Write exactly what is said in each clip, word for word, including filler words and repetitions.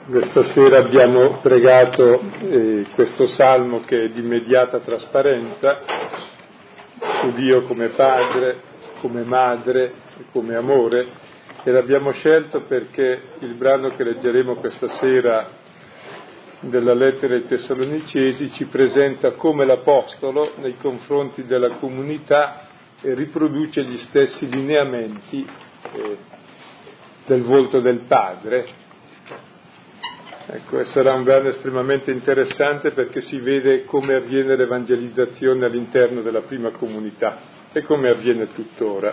Questa sera abbiamo pregato eh, questo salmo che è di immediata trasparenza su Dio come Padre, come Madre e come Amore, e l'abbiamo scelto perché il brano che leggeremo questa sera della lettera ai Tessalonicesi ci presenta come l'Apostolo nei confronti della comunità e riproduce gli stessi lineamenti eh, del volto del Padre. Ecco, e sarà un brano estremamente interessante perché si vede come avviene l'evangelizzazione all'interno della prima comunità e come avviene tuttora.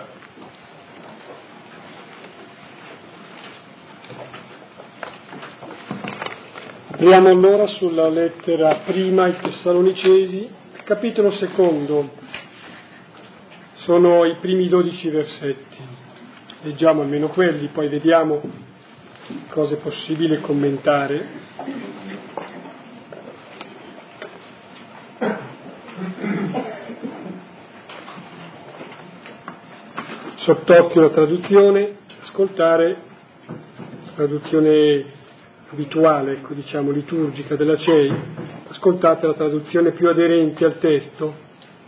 Apriamo allora sulla lettera prima ai Tessalonicesi, capitolo secondo. Sono i primi dodici versetti. Leggiamo almeno quelli, poi vediamo cosa è possibile commentare. Sott'occhio la traduzione, ascoltare la traduzione abituale, ecco, diciamo liturgica della C E I, ascoltate la traduzione più aderente al testo.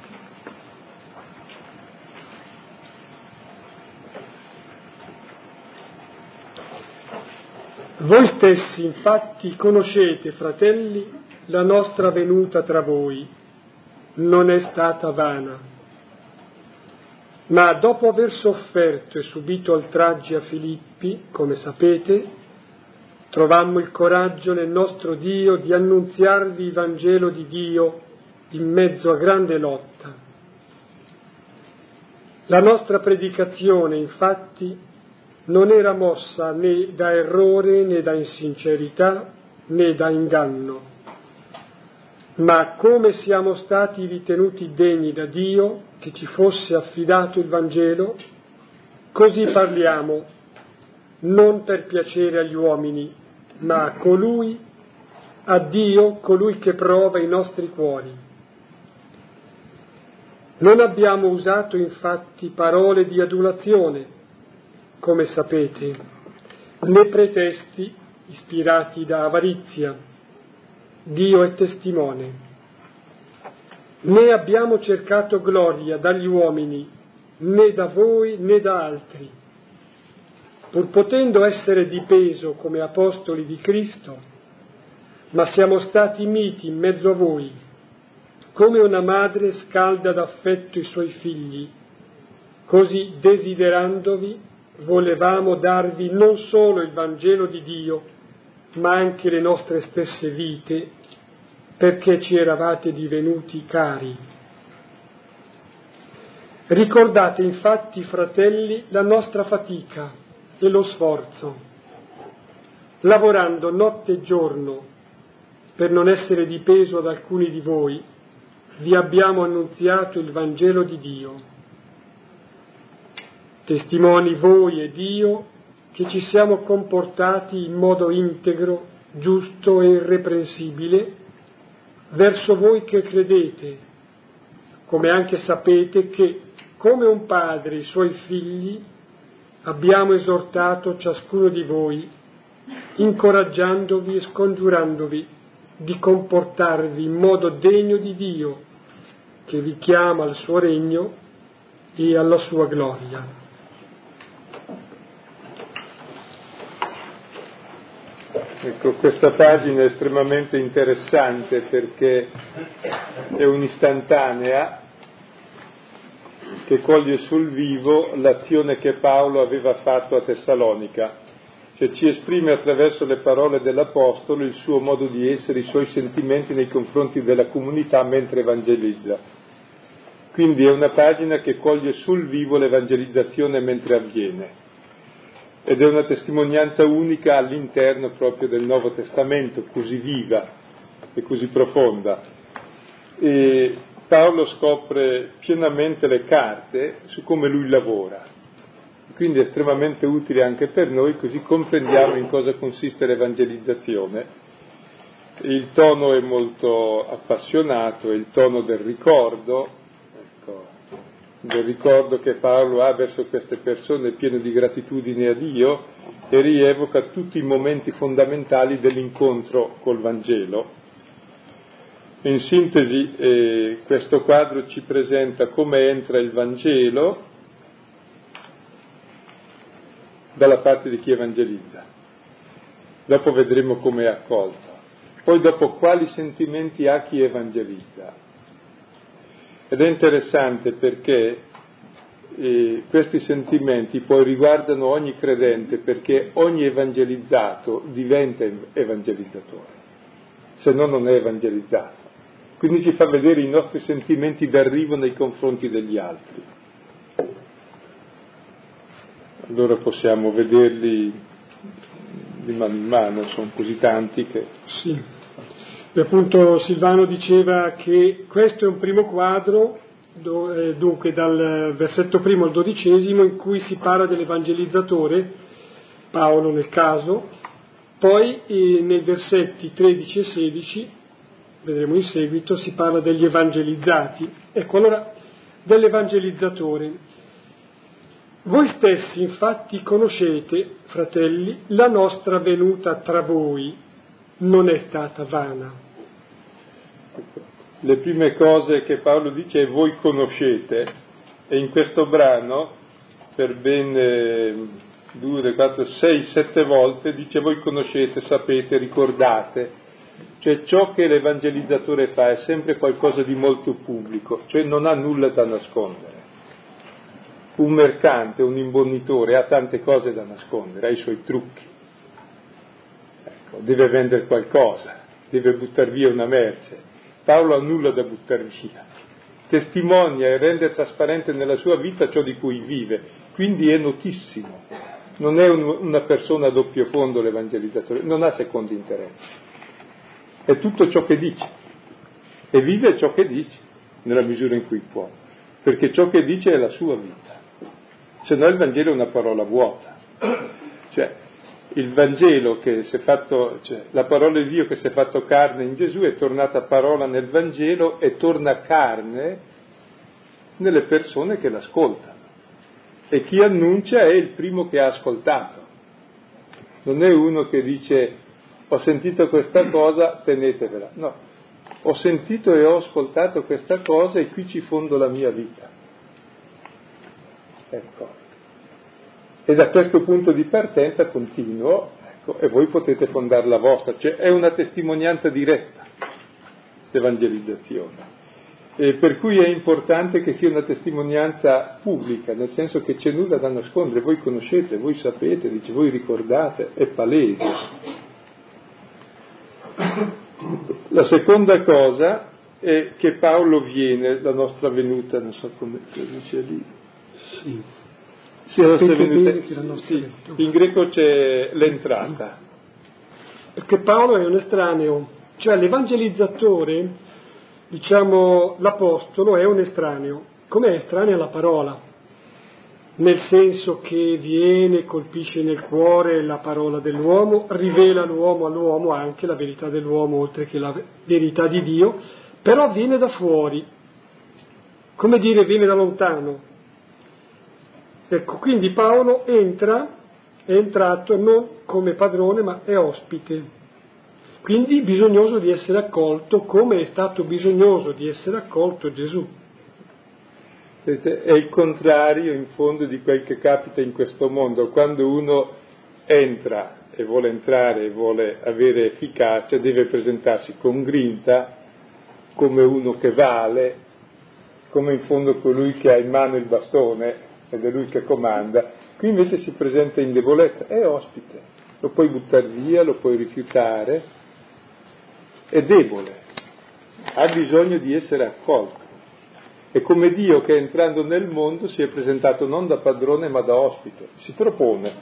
Voi stessi, infatti, conoscete, fratelli, la nostra venuta tra voi. Non è stata vana. Ma dopo aver sofferto e subito oltraggi a Filippi, come sapete, trovammo il coraggio nel nostro Dio di annunziarvi il Vangelo di Dio in mezzo a grande lotta. La nostra predicazione, infatti, non era mossa né da errore né da insincerità né da inganno, ma come siamo stati ritenuti degni da Dio che ci fosse affidato il Vangelo, così parliamo, non per piacere agli uomini, ma a colui, a Dio, colui che prova i nostri cuori. Non abbiamo usato infatti parole di adulazione, come sapete, né pretesti ispirati da avarizia. Dio è testimone. Né abbiamo cercato gloria dagli uomini, né da voi né da altri, pur potendo essere di peso come apostoli di Cristo, ma siamo stati miti in mezzo a voi, come una madre scalda d'affetto i suoi figli, così desiderandovi volevamo darvi non solo il Vangelo di Dio, ma anche le nostre stesse vite, perché ci eravate divenuti cari. Ricordate infatti, fratelli, la nostra fatica e lo sforzo, lavorando notte e giorno per non essere di peso ad alcuni di voi, vi abbiamo annunziato il Vangelo di Dio. Testimoni voi e Dio che ci siamo comportati in modo integro, giusto e irreprensibile verso voi che credete, come anche sapete che, come un padre i suoi figli, abbiamo esortato ciascuno di voi, incoraggiandovi e scongiurandovi di comportarvi in modo degno di Dio, che vi chiama al suo regno e alla sua gloria. Ecco, questa pagina è estremamente interessante perché è un'istantanea che coglie sul vivo l'azione che Paolo aveva fatto a Tessalonica, cioè ci esprime attraverso le parole dell'Apostolo il suo modo di essere, i suoi sentimenti nei confronti della comunità mentre evangelizza. Quindi è una pagina che coglie sul vivo l'evangelizzazione mentre avviene. Ed è una testimonianza unica all'interno proprio del Nuovo Testamento, così viva e così profonda. E Paolo scopre pienamente le carte su come lui lavora, quindi è estremamente utile anche per noi, così comprendiamo in cosa consiste l'evangelizzazione. Il tono è molto appassionato, è il tono del ricordo, ecco, del ricordo che Paolo ha verso queste persone pieno di gratitudine a Dio e rievoca tutti i momenti fondamentali dell'incontro col Vangelo. In sintesi, eh, questo quadro ci presenta come entra il Vangelo dalla parte di chi evangelizza. Dopo vedremo come è accolto. Poi dopo quali sentimenti ha chi evangelizza. Ed è interessante perché eh, questi sentimenti poi riguardano ogni credente, perché ogni evangelizzato diventa evangelizzatore, se no non è evangelizzato. Quindi ci fa vedere i nostri sentimenti d'arrivo nei confronti degli altri. Allora possiamo vederli di mano in mano, sono così tanti che... Sì, e appunto Silvano diceva che questo è un primo quadro, do, eh, dunque dal versetto primo al dodicesimo, in cui si parla dell'evangelizzatore, Paolo nel caso, poi eh, nei versetti tredici e sedici, vedremo in seguito, si parla degli evangelizzati. Ecco, allora, dell'evangelizzatore. Voi stessi infatti conoscete, fratelli, la nostra venuta tra voi non è stata vana. Le prime cose che Paolo dice è voi conoscete, e in questo brano per ben eh, due, quattro, sei, sette volte dice voi conoscete, sapete, ricordate. Cioè ciò che l'evangelizzatore fa è sempre qualcosa di molto pubblico, cioè non ha nulla da nascondere. Un mercante, un imbonnitore ha tante cose da nascondere, ha i suoi trucchi. Ecco, deve vendere qualcosa, deve buttare via una merce. Paolo ha nulla da buttare via. Testimonia e rende trasparente nella sua vita ciò di cui vive, quindi è notissimo. Non è un, una persona a doppio fondo l'evangelizzatore, non ha secondi interessi. È tutto ciò che dice e vive ciò che dice nella misura in cui può, perché ciò che dice è la sua vita, se no il Vangelo è una parola vuota. Cioè il Vangelo che si è fatto, cioè la parola di Dio che si è fatto carne in Gesù è tornata parola nel Vangelo e torna carne nelle persone che l'ascoltano, e chi annuncia è il primo che ha ascoltato, non è uno che dice ho sentito questa cosa, tenetevela. No, ho sentito e ho ascoltato questa cosa e qui ci fondo la mia vita. Ecco. E da questo punto di partenza continuo, ecco, e voi potete fondare la vostra. Cioè è una testimonianza diretta, l'evangelizzazione. E per cui è importante che sia una testimonianza pubblica, nel senso che c'è nulla da nascondere. Voi conoscete, voi sapete, dice, voi ricordate, è palese. La seconda cosa è che Paolo viene, la nostra venuta, non so come si dice lì. Sì. Sì, la nostra venuta, che la nostra sì, venuta. in greco c'è l'entrata. Perché Paolo è un estraneo, cioè l'evangelizzatore, diciamo l'apostolo, è un estraneo, come è estraneo alla parola, nel senso che viene, colpisce nel cuore la parola dell'uomo, rivela l'uomo all'uomo anche la verità dell'uomo oltre che la verità di Dio, però viene da fuori, come dire viene da lontano. Ecco, quindi Paolo entra, è entrato non come padrone ma è ospite, quindi bisognoso di essere accolto come è stato bisognoso di essere accolto Gesù. È il contrario in fondo di quel che capita in questo mondo. Quando uno entra e vuole entrare e vuole avere efficacia, deve presentarsi con grinta, come uno che vale, come in fondo colui che ha in mano il bastone ed è lui che comanda. Qui invece si presenta in debolezza, è ospite, lo puoi buttare via, lo puoi rifiutare, è debole, ha bisogno di essere accolto. È come Dio che entrando nel mondo si è presentato non da padrone ma da ospite, si propone.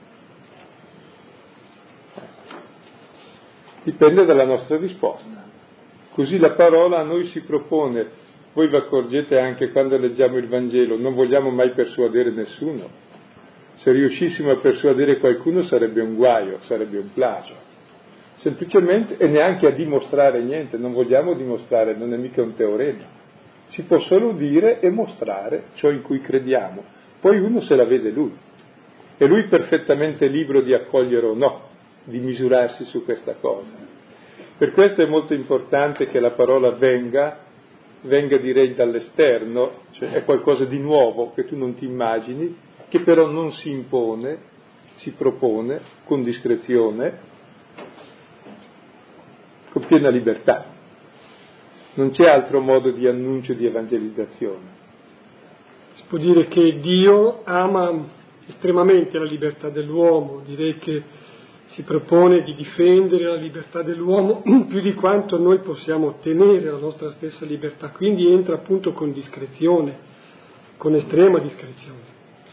Dipende dalla nostra risposta. Così la parola a noi si propone. Voi vi accorgete anche quando leggiamo il Vangelo, non vogliamo mai persuadere nessuno. Se riuscissimo a persuadere qualcuno sarebbe un guaio, sarebbe un plagio. Semplicemente, e neanche a dimostrare niente, non vogliamo dimostrare, non è mica un teorema. Si può solo dire e mostrare ciò in cui crediamo, poi uno se la vede lui, è lui perfettamente libero di accogliere o no, di misurarsi su questa cosa. Per questo è molto importante che la parola venga, venga direi dall'esterno, cioè è qualcosa di nuovo che tu non ti immagini, che però non si impone, si propone con discrezione, con piena libertà. Non c'è altro modo di annuncio, di evangelizzazione. Si può dire che Dio ama estremamente la libertà dell'uomo, direi che si propone di difendere la libertà dell'uomo più di quanto noi possiamo ottenere la nostra stessa libertà, quindi entra appunto con discrezione, con estrema discrezione.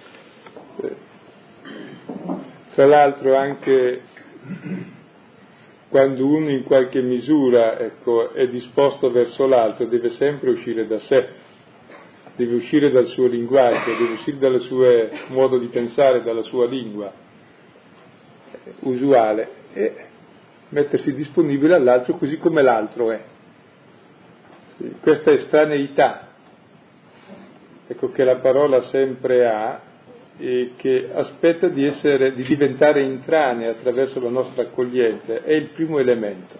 Tra l'altro anche quando uno in qualche misura ecco, è disposto verso l'altro deve sempre uscire da sé, deve uscire dal suo linguaggio, deve uscire dal suo modo di pensare, dalla sua lingua usuale e mettersi disponibile all'altro così come l'altro è. Questa estraneità ecco, che la parola sempre ha e che aspetta di essere, di diventare intranea attraverso la nostra accoglienza, è il primo elemento.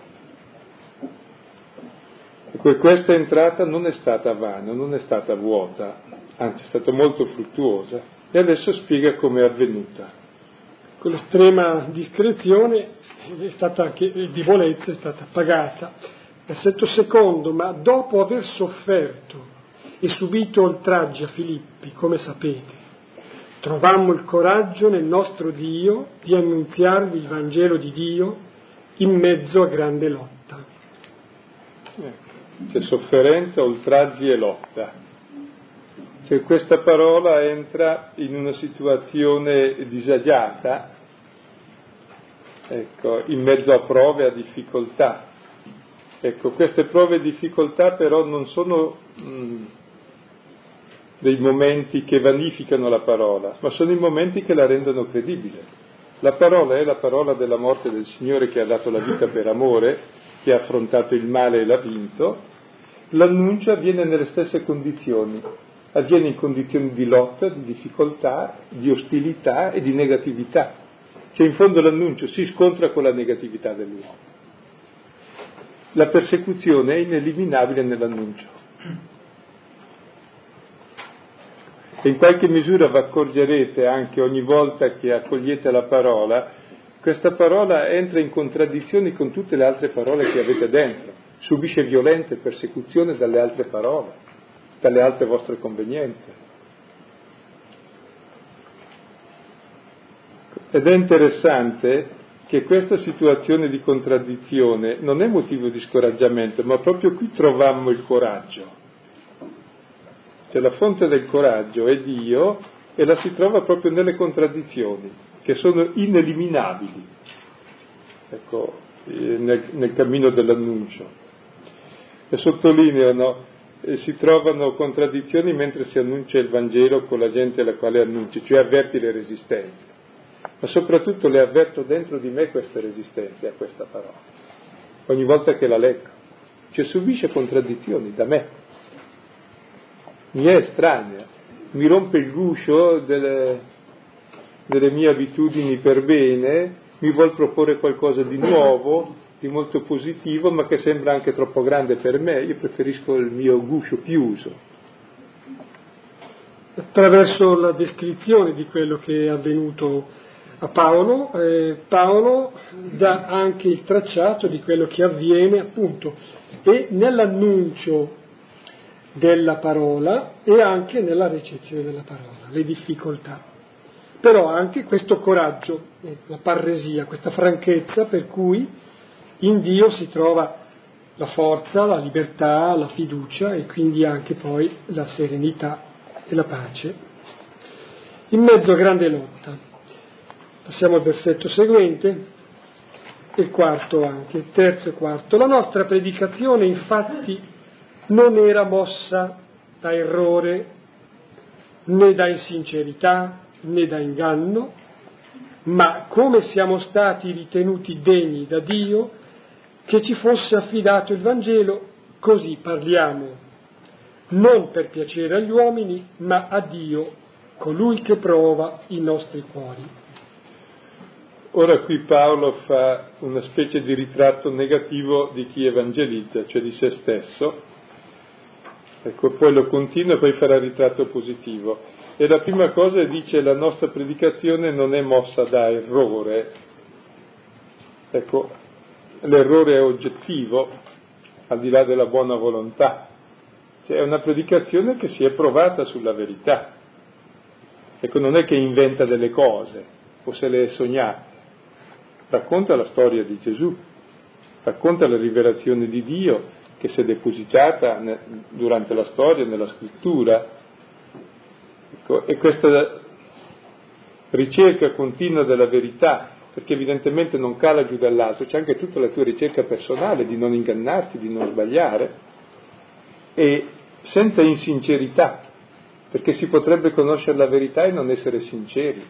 Ecco, questa entrata non è stata vana, non è stata vuota, anzi è stata molto fruttuosa, e adesso spiega come è avvenuta. Con l'estrema discrezione è stata anche, di volezza è stata pagata. Versetto secondo, ma dopo aver sofferto e subito oltraggi a Filippi, come sapete, trovammo il coraggio nel nostro Dio di annunziarvi il Vangelo di Dio in mezzo a grande lotta. C'è sofferenza, oltraggi e lotta. Cioè questa parola entra in una situazione disagiata, ecco, in mezzo a prove, a difficoltà. Ecco, queste prove e difficoltà però non sono mh, dei momenti che vanificano la parola, ma sono i momenti che la rendono credibile. La parola è la parola della morte del Signore che ha dato la vita per amore, che ha affrontato il male e l'ha vinto. L'annuncio avviene nelle stesse condizioni, avviene in condizioni di lotta, di difficoltà, di ostilità e di negatività. Cioè in fondo l'annuncio si scontra con la negatività dell'uomo. La persecuzione è ineliminabile nell'annuncio. E in qualche misura vi accorgerete anche ogni volta che accogliete la parola, questa parola entra in contraddizione con tutte le altre parole che avete dentro, subisce violente persecuzione dalle altre parole, dalle altre vostre convenienze. Ed è interessante che questa situazione di contraddizione non è motivo di scoraggiamento, ma proprio qui trovammo il coraggio. Cioè la fonte del coraggio è Dio e la si trova proprio nelle contraddizioni, che sono ineliminabili, ecco, nel, nel cammino dell'annuncio. E sottolineano, eh, si trovano contraddizioni mentre si annuncia il Vangelo con la gente alla quale annunci, cioè avverti le resistenze. Ma soprattutto le avverto dentro di me queste resistenze a questa parola, ogni volta che la leggo. Cioè subisce contraddizioni da me. Mi è estranea, mi rompe il guscio delle, delle mie abitudini per bene, mi vuol proporre qualcosa di nuovo, di molto positivo, ma che sembra anche troppo grande per me. Io preferisco il mio guscio chiuso. Attraverso la descrizione di quello che è avvenuto a Paolo, eh, Paolo dà anche il tracciato di quello che avviene appunto e nell'annuncio della parola e anche nella ricezione della parola, le difficoltà, però anche questo coraggio, eh, la parresia, questa franchezza per cui in Dio si trova la forza, la libertà, la fiducia e quindi anche poi la serenità e la pace in mezzo a grande lotta. Passiamo al versetto seguente, il quarto anche, il terzo e quarto. La nostra predicazione infatti non era mossa da errore, né da insincerità, né da inganno, ma come siamo stati ritenuti degni da Dio che ci fosse affidato il Vangelo, così parliamo, non per piacere agli uomini, ma a Dio, colui che prova i nostri cuori. Ora qui Paolo fa una specie di ritratto negativo di chi evangelizza, cioè di se stesso. Ecco, poi lo continua e poi farà il ritratto positivo. E la prima cosa dice: la nostra predicazione non è mossa da errore. Ecco, l'errore è oggettivo, al di là della buona volontà. Cioè, è una predicazione che si è provata sulla verità. Ecco, non è che inventa delle cose o se le è sognate. Racconta la storia di Gesù, racconta la rivelazione di Dio che si è depositata durante la storia, nella scrittura. Ecco, e questa ricerca continua della verità, perché evidentemente non cala giù dall'alto, c'è anche tutta la tua ricerca personale di non ingannarti, di non sbagliare, e senza insincerità, perché si potrebbe conoscere la verità e non essere sinceri,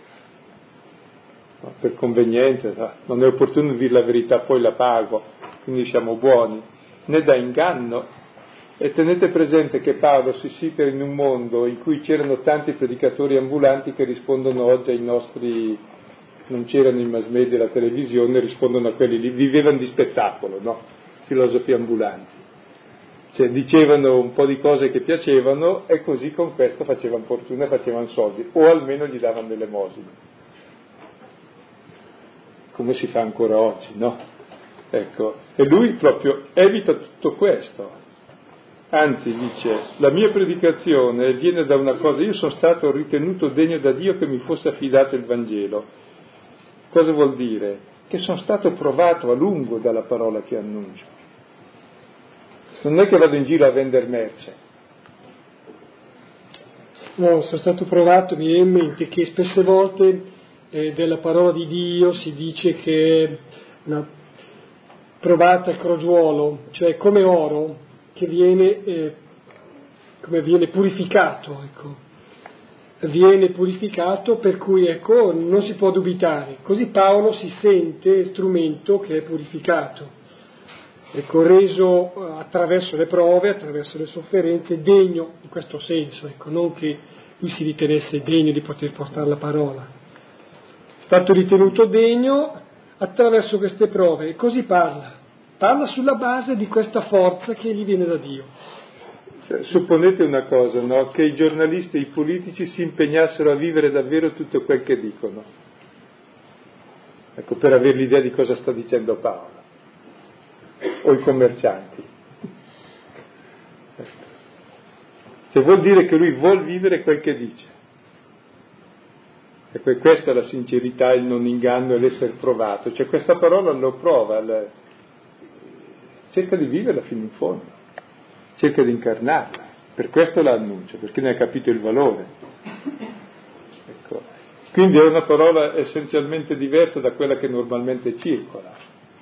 no? Per convenienza, no? Non è opportuno dire la verità, poi la pago, quindi siamo buoni, né da inganno. E tenete presente che Paolo si sita in un mondo in cui c'erano tanti predicatori ambulanti che rispondono oggi ai nostri, non c'erano i mass media e la televisione, rispondono a quelli lì, vivevano di spettacolo, no? Filosofi ambulanti. Cioè dicevano un po' di cose che piacevano e così con questo facevano fortuna e facevano soldi, o almeno gli davano dell'elemosina. Come si fa ancora oggi, no? Ecco, e lui proprio evita tutto questo. Anzi, dice, la mia predicazione viene da una cosa: io sono stato ritenuto degno da Dio che mi fosse affidato il Vangelo. Cosa vuol dire? Che sono stato provato a lungo dalla parola che annuncio. Non è che vado in giro a vendere merce. No, sono stato provato, mi viene in mente che spesse volte eh, della parola di Dio si dice che è una provata al crogiuolo, cioè come oro che viene, eh, come viene purificato, ecco. Viene purificato, per cui ecco non si può dubitare. Così Paolo si sente strumento che è purificato, ecco, reso attraverso le prove, attraverso le sofferenze, degno in questo senso, ecco, non che lui si ritenesse degno di poter portare la parola. È stato ritenuto degno attraverso queste prove e così parla. Parla sulla base di questa forza che gli viene da Dio. Cioè, supponete una cosa, no? Che i giornalisti e i politici si impegnassero a vivere davvero tutto quel che dicono. Ecco, per avere l'idea di cosa sta dicendo Paolo. O i commercianti. Cioè, vuol dire che lui vuol vivere quel che dice. E poi questa è la sincerità, il non inganno e l'essere provato. Cioè questa parola lo prova, la... cerca di viverla fino in fondo, cerca di incarnarla. Per questo la annuncia, perché ne ha capito il valore. Ecco. Quindi è una parola essenzialmente diversa da quella che normalmente circola.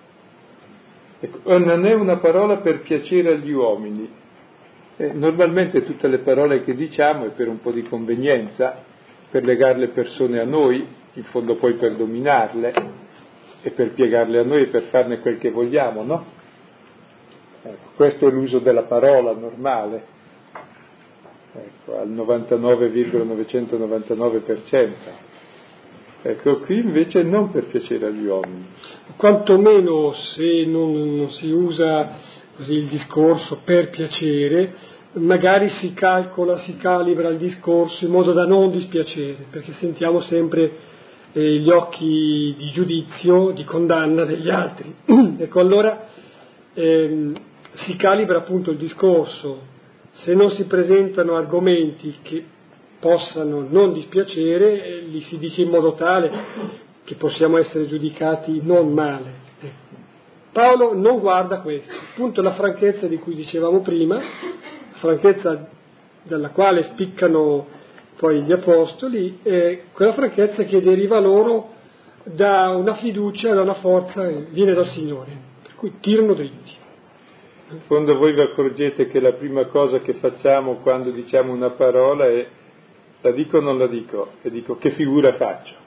Ecco. Non è una parola per piacere agli uomini. Eh, normalmente tutte le parole che diciamo è per un po' di convenienza, per legare le persone a noi, in fondo poi per dominarle e per piegarle a noi e per farne quel che vogliamo, no? Ecco, questo è l'uso della parola normale, ecco, al novantanove virgola novecentonovantanove per cento. Ecco, qui invece non per piacere agli uomini. Quantomeno se non, non si usa così il discorso per piacere, magari si calcola, si calibra il discorso in modo da non dispiacere, perché sentiamo sempre eh, gli occhi di giudizio, di condanna degli altri. Ecco, allora ehm, si calibra appunto il discorso. Se non si presentano argomenti che possano non dispiacere, eh, li si dice in modo tale che possiamo essere giudicati non male. Ecco. Paolo non guarda questo, appunto la franchezza di cui dicevamo prima, franchezza dalla quale spiccano poi gli apostoli, è quella franchezza che deriva loro da una fiducia, da una forza che viene dal Signore, per cui tirano dritti. In fondo voi vi accorgete che la prima cosa che facciamo quando diciamo una parola è: la dico o non la dico? E dico: che figura faccio?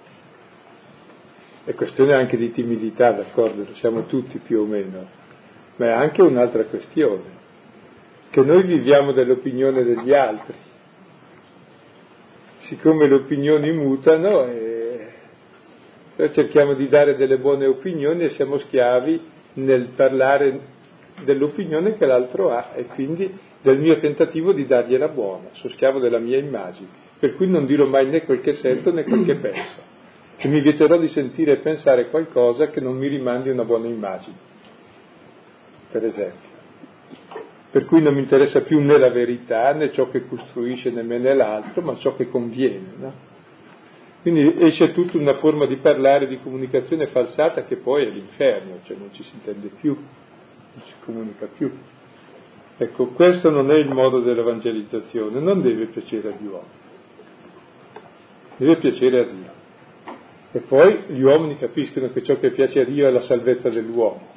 È questione anche di timidità, d'accordo? Lo siamo tutti più o meno. ma è anche un'altra questione, che noi viviamo dell'opinione degli altri. Siccome le opinioni mutano, e noi cerchiamo di dare delle buone opinioni e siamo schiavi nel parlare dell'opinione che l'altro ha, e quindi del mio tentativo di dargliela buona. Sono schiavo della mia immagine, per cui non dirò mai né quel che sento né quel che penso, e mi vieterò di sentire e pensare qualcosa che non mi rimandi una buona immagine, per esempio. Per cui non mi interessa più né la verità, né ciò che costruisce né me né l'altro, ma ciò che conviene, no? Quindi esce tutta una forma di parlare, di comunicazione falsata, che poi è l'inferno, cioè non ci si intende più, non si comunica più. Ecco, questo non è il modo dell'evangelizzazione, non deve piacere agli uomini, deve piacere a Dio. E poi gli uomini capiscono che ciò che piace a Dio è la salvezza dell'uomo.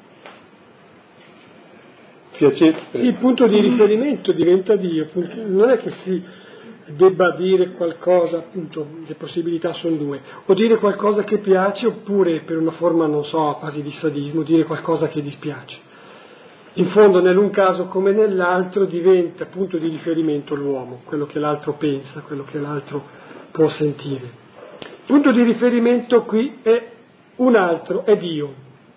Piacere. Sì, il punto di riferimento diventa Dio, non è che si debba dire qualcosa, appunto, le possibilità sono due, o dire qualcosa che piace, oppure per una forma, non so, quasi di sadismo, dire qualcosa che dispiace. In fondo, nell'un caso come nell'altro, diventa punto di riferimento l'uomo, quello che l'altro pensa, quello che l'altro può sentire. Il punto di riferimento qui è un altro, è Dio.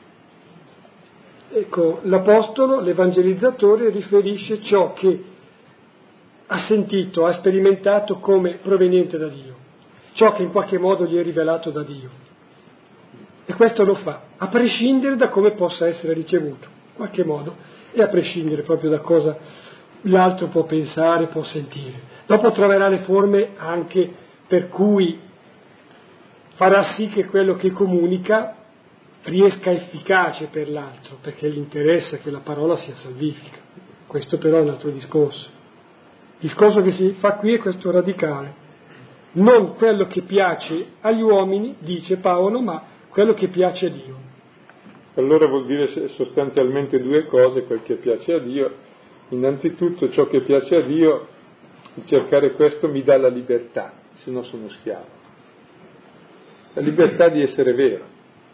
Ecco, l'Apostolo, l'evangelizzatore, riferisce ciò che ha sentito, ha sperimentato come proveniente da Dio, ciò che in qualche modo gli è rivelato da Dio. E questo lo fa, a prescindere da come possa essere ricevuto, in qualche modo, e a prescindere proprio da cosa l'altro può pensare, può sentire. Dopo troverà le forme anche per cui farà sì che quello che comunica riesca efficace per l'altro, perché gli interessa che la parola sia salvifica. Questo però è un altro discorso. Il discorso che si fa qui è questo radicale. Non quello che piace agli uomini, dice Paolo, ma quello che piace a Dio. Allora vuol dire sostanzialmente due cose, quel che piace a Dio. Innanzitutto ciò che piace a Dio, il cercare questo mi dà la libertà, se no sono schiavo. La libertà di essere vero.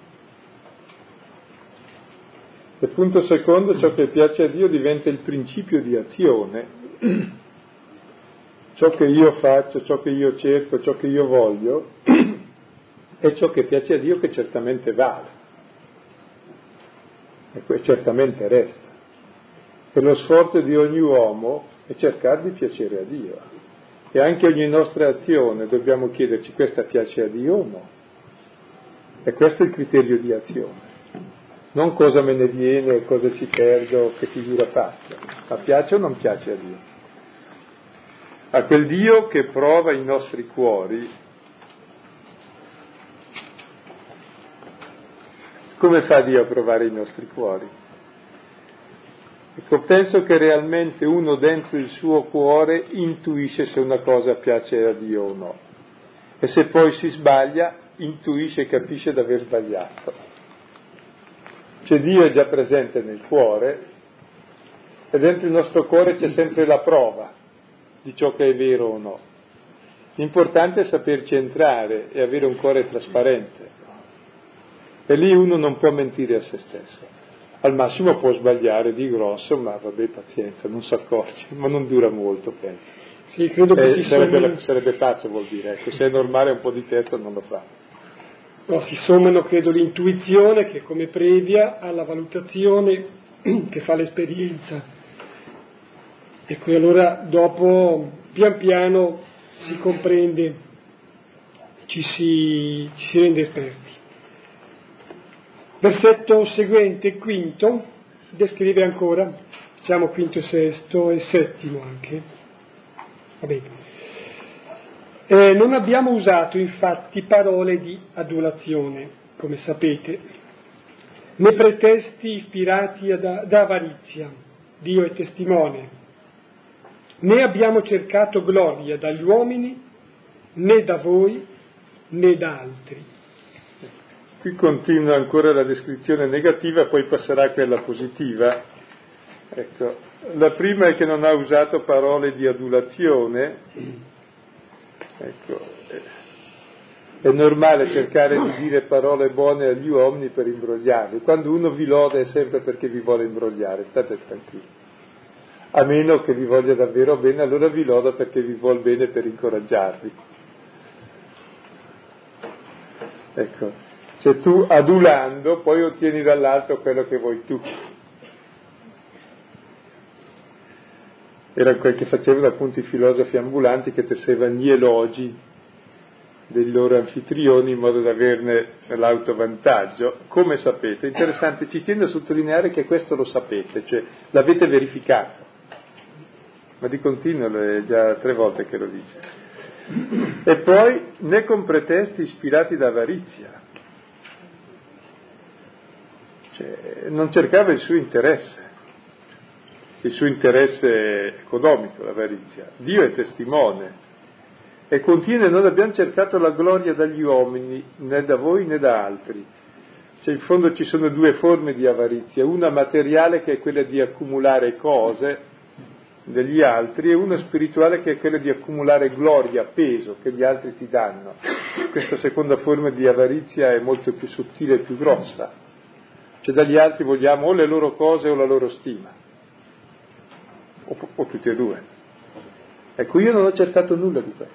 Il punto secondo, ciò che piace a Dio diventa il principio di azione. Ciò che io faccio, ciò che io cerco, ciò che io voglio, è ciò che piace a Dio, che certamente vale. E certamente resta. E lo sforzo di ogni uomo è cercare di piacere a Dio. E anche ogni nostra azione dobbiamo chiederci: questa piace a Dio o no? E questo è il criterio di azione. Non cosa me ne viene, cosa ci perdo, che figura faccio, ma piace o non piace a Dio? A quel Dio che prova i nostri cuori. Come fa Dio a provare i nostri cuori? Ecco, penso che realmente uno dentro il suo cuore intuisce se una cosa piace a Dio o no, e se poi si sbaglia intuisce e capisce di aver sbagliato. Cioè Dio è già presente nel cuore, e dentro il nostro cuore c'è sempre la prova di ciò che è vero o no. L'importante è saperci entrare e avere un cuore trasparente, e lì uno non può mentire a se stesso. Al massimo può sbagliare di grosso, ma vabbè, pazienza, non si accorge, ma non dura molto, penso. Sì, credo che eh, si sarebbe, sommino... sarebbe pazzo, vuol dire, ecco, se è normale un po' di testa non lo fa. No, si sommano, credo, l'intuizione che come previa alla valutazione che fa l'esperienza. E poi allora dopo, pian piano, si comprende, ci si, ci si rende esperti. Versetto seguente, quinto, descrive ancora, diciamo quinto e sesto e settimo anche. Va bene. Eh, non abbiamo usato infatti parole di adulazione, come sapete, né pretesti ispirati da, da avarizia, Dio è testimone, né abbiamo cercato gloria dagli uomini, né da voi, né da altri. Qui continua ancora la descrizione negativa, poi passerà a quella positiva. Ecco, la prima è che non ha usato parole di adulazione. Ecco, È normale cercare di dire parole buone agli uomini per imbrogliarli. Quando uno vi loda è sempre perché vi vuole imbrogliare, state tranquilli. A meno che vi voglia davvero bene, allora vi loda perché vi vuol bene per incoraggiarvi. Ecco, se tu adulando poi ottieni dall'alto quello che vuoi tu. Era quel che facevano appunto i filosofi ambulanti, che tessevano gli elogi dei loro anfitrioni in modo da averne l'autovantaggio. Come sapete? Interessante, ci tiene a sottolineare che questo lo sapete, cioè l'avete verificato, ma di continuo è già tre volte che lo dice. E poi né con pretesti ispirati da avarizia, cioè non cercava il suo interesse, il suo interesse economico, l'avarizia. Dio è testimone e contiene: non abbiamo cercato la gloria dagli uomini, né da voi né da altri. Cioè in fondo ci sono due forme di avarizia, una materiale che è quella di accumulare cose degli altri e una spirituale che è quella di accumulare gloria, peso che gli altri ti danno. Questa seconda forma di avarizia è molto più sottile e più grossa, cioè dagli altri vogliamo o le loro cose o la loro stima, o, o tutti e due. Ecco, io non ho cercato nulla di questo,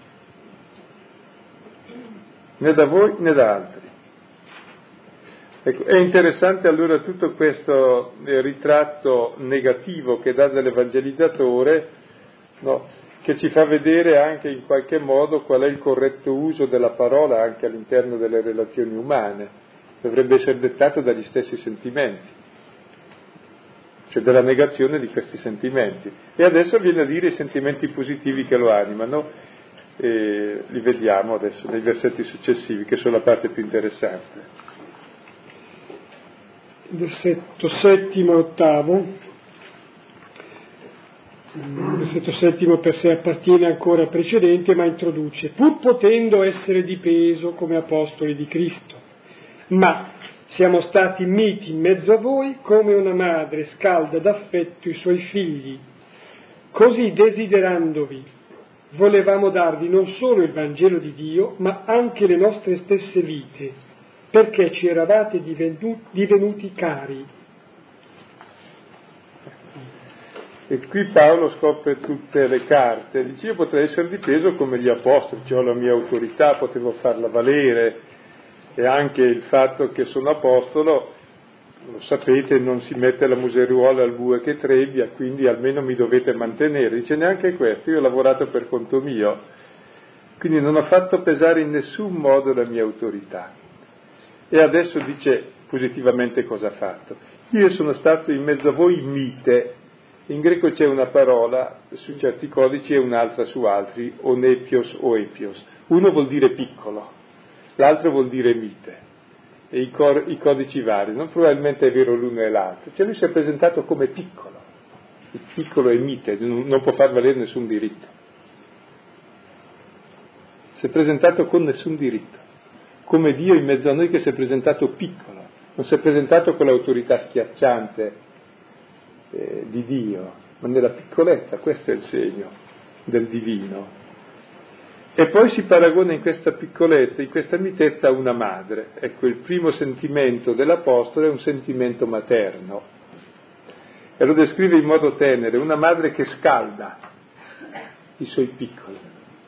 né da voi né da altri. Ecco, è interessante allora tutto questo eh, ritratto negativo che dà dell'evangelizzatore, no, che ci fa vedere anche in qualche modo qual è il corretto uso della parola anche all'interno delle relazioni umane. Dovrebbe essere dettato dagli stessi sentimenti, cioè dalla negazione di questi sentimenti. E adesso viene a dire i sentimenti positivi che lo animano, e li vediamo adesso nei versetti successivi, che sono la parte più interessante. Versetto settimo e ottavo. Il versetto settimo per sé appartiene ancora al precedente, ma introduce: pur potendo essere di peso come apostoli di Cristo, ma siamo stati miti in mezzo a voi come una madre scalda d'affetto i suoi figli. Così, desiderandovi, volevamo darvi non solo il Vangelo di Dio, ma anche le nostre stesse vite, perché ci eravate divenuti, divenuti cari. E qui Paolo scopre tutte le carte, dice: io potrei essere di peso come gli apostoli, cioè ho la mia autorità, potevo farla valere, e anche il fatto che sono apostolo, lo sapete, non si mette la museruola al bue che trebbia, quindi almeno mi dovete mantenere. Dice: neanche questo, io ho lavorato per conto mio, quindi non ho fatto pesare in nessun modo la mia autorità. E adesso dice positivamente cosa ha fatto: io sono stato in mezzo a voi mite. In greco c'è una parola su certi codici e un'altra su altri, onepios o epios. Uno vuol dire piccolo, l'altro vuol dire mite, e i, cor- i codici variano, probabilmente è vero l'uno e l'altro. Cioè lui si è presentato come piccolo, il piccolo è mite, non, non può far valere nessun diritto. Si è presentato con nessun diritto, come Dio in mezzo a noi che si è presentato piccolo, non si è presentato con l'autorità schiacciante eh, di Dio, ma nella piccolezza. Questo è il segno del divino. E poi si paragona in questa piccolezza, in questa mitezza, a una madre. Ecco, il primo sentimento dell'Apostolo è un sentimento materno, e lo descrive in modo tenere: una madre che scalda i suoi piccoli.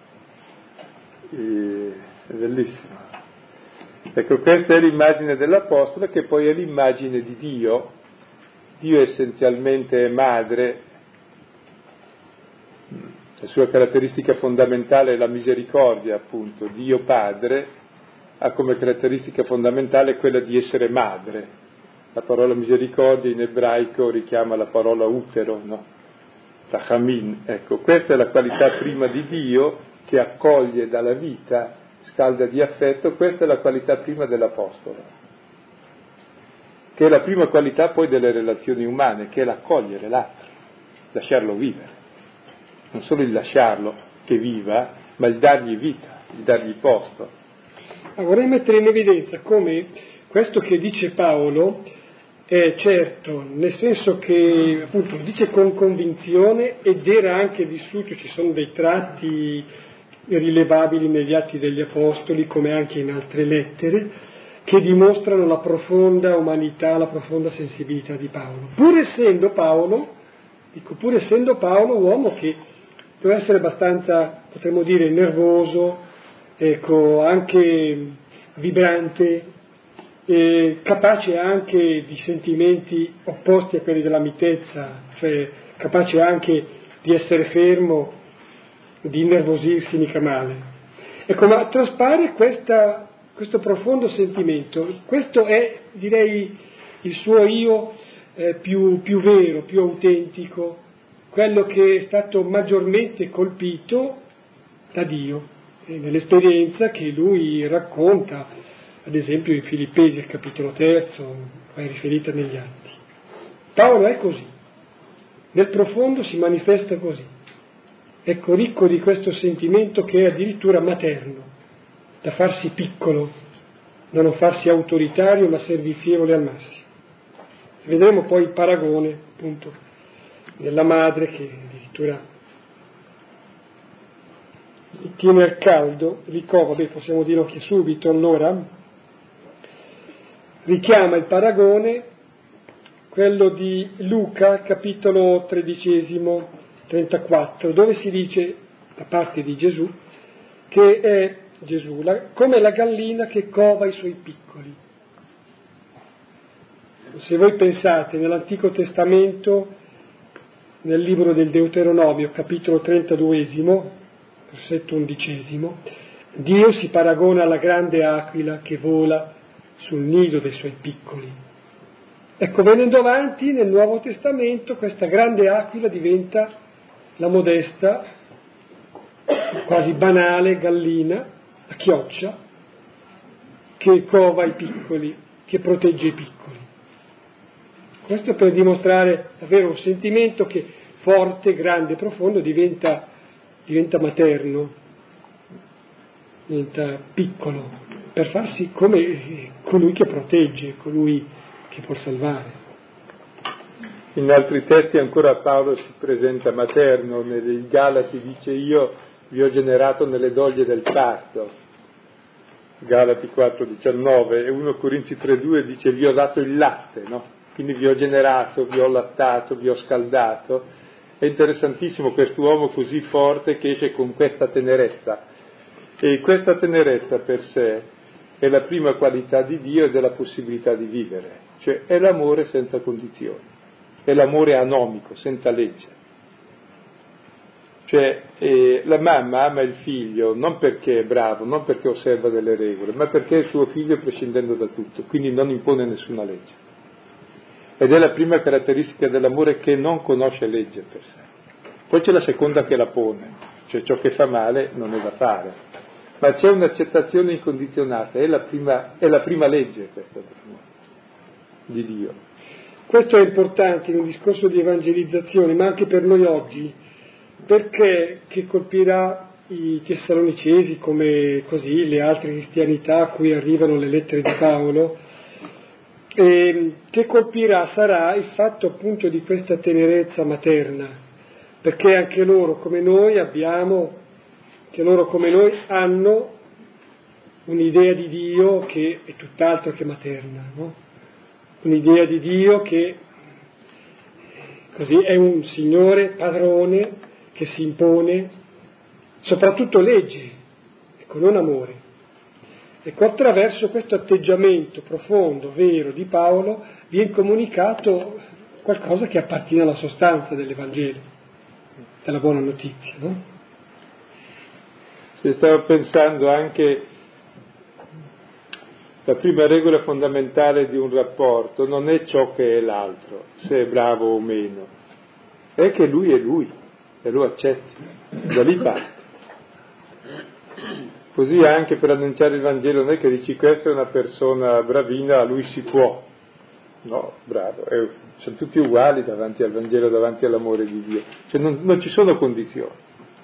E è bellissimo. Ecco, questa è l'immagine dell'Apostolo, che poi è l'immagine di Dio. Dio essenzialmente è madre, la sua caratteristica fondamentale è la misericordia, appunto. Dio Padre ha come caratteristica fondamentale quella di essere madre. La parola misericordia in ebraico richiama la parola utero, no? Rachamin. Ecco, questa è la qualità prima di Dio, che accoglie dalla vita, scalda di affetto. Questa è la qualità prima dell'Apostolo, che è la prima qualità poi delle relazioni umane, che è l'accogliere l'altro, lasciarlo vivere. Non solo il lasciarlo che viva, ma il dargli vita, il dargli posto. Ma vorrei mettere in evidenza come questo che dice Paolo è certo, nel senso che appunto lo dice con convinzione, ed era anche vissuto, ci sono dei tratti rilevabili negli Atti degli Apostoli, come anche in altre lettere, che dimostrano la profonda umanità, la profonda sensibilità di Paolo. Pur essendo Paolo, dico, pur essendo Paolo uomo che deve essere abbastanza, potremmo dire, nervoso, ecco, anche vibrante, eh, capace anche di sentimenti opposti a quelli della mitezza, cioè capace anche di essere fermo, di innervosirsi mica male. Ecco, ma traspare questa, questo profondo sentimento, questo è, direi, il suo io eh, più, più vero, più autentico, quello che è stato maggiormente colpito da Dio, eh, nell'esperienza che lui racconta, ad esempio in Filippesi, il capitolo terzo, è riferita negli Atti. Paolo è così, nel profondo si manifesta così. Ecco, ricco di questo sentimento che è addirittura materno, da farsi piccolo, da non farsi autoritario ma servizievole al massimo. Vedremo poi il paragone, appunto, della madre che addirittura tiene al caldo, ricova, beh, possiamo dirlo anche subito, allora, richiama il paragone, quello di Luca, capitolo tredicesimo, trentaquattro, dove si dice, da parte di Gesù, che è Gesù, la, come la gallina che cova i suoi piccoli. Se voi pensate nell'Antico Testamento, nel libro del Deuteronomio, capitolo trentaduesimo, versetto undicesimo, Dio si paragona alla grande aquila che vola sul nido dei suoi piccoli. Ecco, venendo avanti nel Nuovo Testamento, questa grande aquila diventa la modesta, quasi banale gallina, la chioccia, che cova i piccoli, che protegge i piccoli. Questo per dimostrare davvero un sentimento che forte, grande, profondo, diventa, diventa materno, diventa piccolo, per farsi come colui che protegge, colui che può salvare. In altri testi ancora Paolo si presenta materno, nei Galati dice io vi ho generato nelle doglie del parto, Galati quattro diciannove, e primo Corinzi tre due dice vi ho dato il latte, no? Quindi vi ho generato, vi ho lattato, vi ho scaldato. È interessantissimo quest'uomo così forte che esce con questa tenerezza, e questa tenerezza per sé è la prima qualità di Dio e della possibilità di vivere, cioè è l'amore senza condizioni. È l'amore anomico, senza legge. Cioè eh, la mamma ama il figlio non perché è bravo, non perché osserva delle regole, ma perché è il suo figlio prescindendo da tutto, quindi non impone nessuna legge. Ed è la prima caratteristica dell'amore che non conosce legge per sé. Poi c'è la seconda che la pone, cioè ciò che fa male non è da fare. Ma c'è un'accettazione incondizionata, è la prima, è la prima legge questa di Dio. Questo è importante in un discorso di evangelizzazione, ma anche per noi oggi, perché che colpirà i tessalonicesi come così le altre cristianità a cui arrivano le lettere di Paolo, e che colpirà sarà il fatto appunto di questa tenerezza materna, perché anche loro come noi abbiamo, che loro come noi hanno un'idea di Dio che è tutt'altro che materna, no? Un'idea di Dio che così è un Signore padrone che si impone, soprattutto legge, ecco, non amore. Ecco, attraverso questo atteggiamento profondo, vero di Paolo, viene comunicato qualcosa che appartiene alla sostanza dell'Evangelo, della buona notizia, no? Si stava pensando anche la prima regola fondamentale di un rapporto non è ciò che è l'altro, se è bravo o meno, è che lui è lui e lo accetti, da lì parte. Così anche per annunciare il Vangelo non è che dici questa è una persona bravina, a lui si può, no, bravo, è, sono tutti uguali davanti al Vangelo, davanti all'amore di Dio, cioè non, non ci sono condizioni.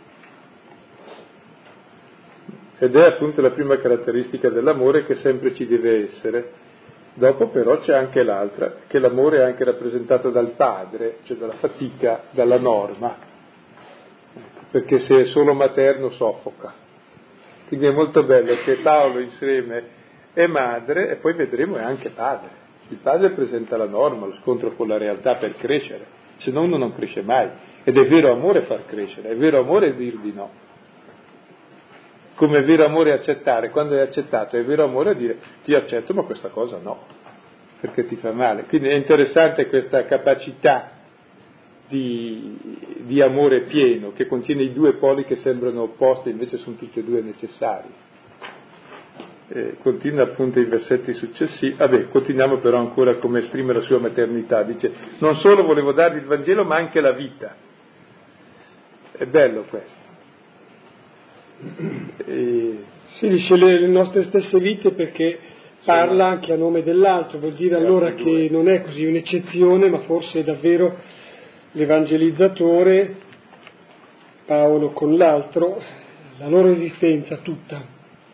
Ed è appunto la prima caratteristica dell'amore che sempre ci deve essere. Dopo però c'è anche l'altra, che l'amore è anche rappresentato dal padre, cioè dalla fatica, dalla norma, perché se è solo materno soffoca, Quindi è molto bello che Paolo insieme è madre e poi vedremo è anche padre. Il padre presenta la norma, lo scontro con la realtà per crescere, se no uno non cresce mai. Ed è vero amore far crescere, è vero amore dir di no. Come è vero amore accettare, quando è accettato è vero amore dire ti accetto ma questa cosa no, perché ti fa male. Quindi è interessante questa capacità di, di amore pieno, che contiene i due poli che sembrano opposti, invece sono tutti e due necessari. Eh, continua appunto i versetti successivi, vabbè, continuiamo però ancora come esprime la sua maternità, dice non solo volevo darvi il Vangelo ma anche la vita. È bello questo. E... si dice le, le nostre stesse vite perché parla anche a nome dell'altro, vuol dire allora che non è così un'eccezione, ma forse è davvero l'evangelizzatore, Paolo con l'altro, la loro esistenza tutta.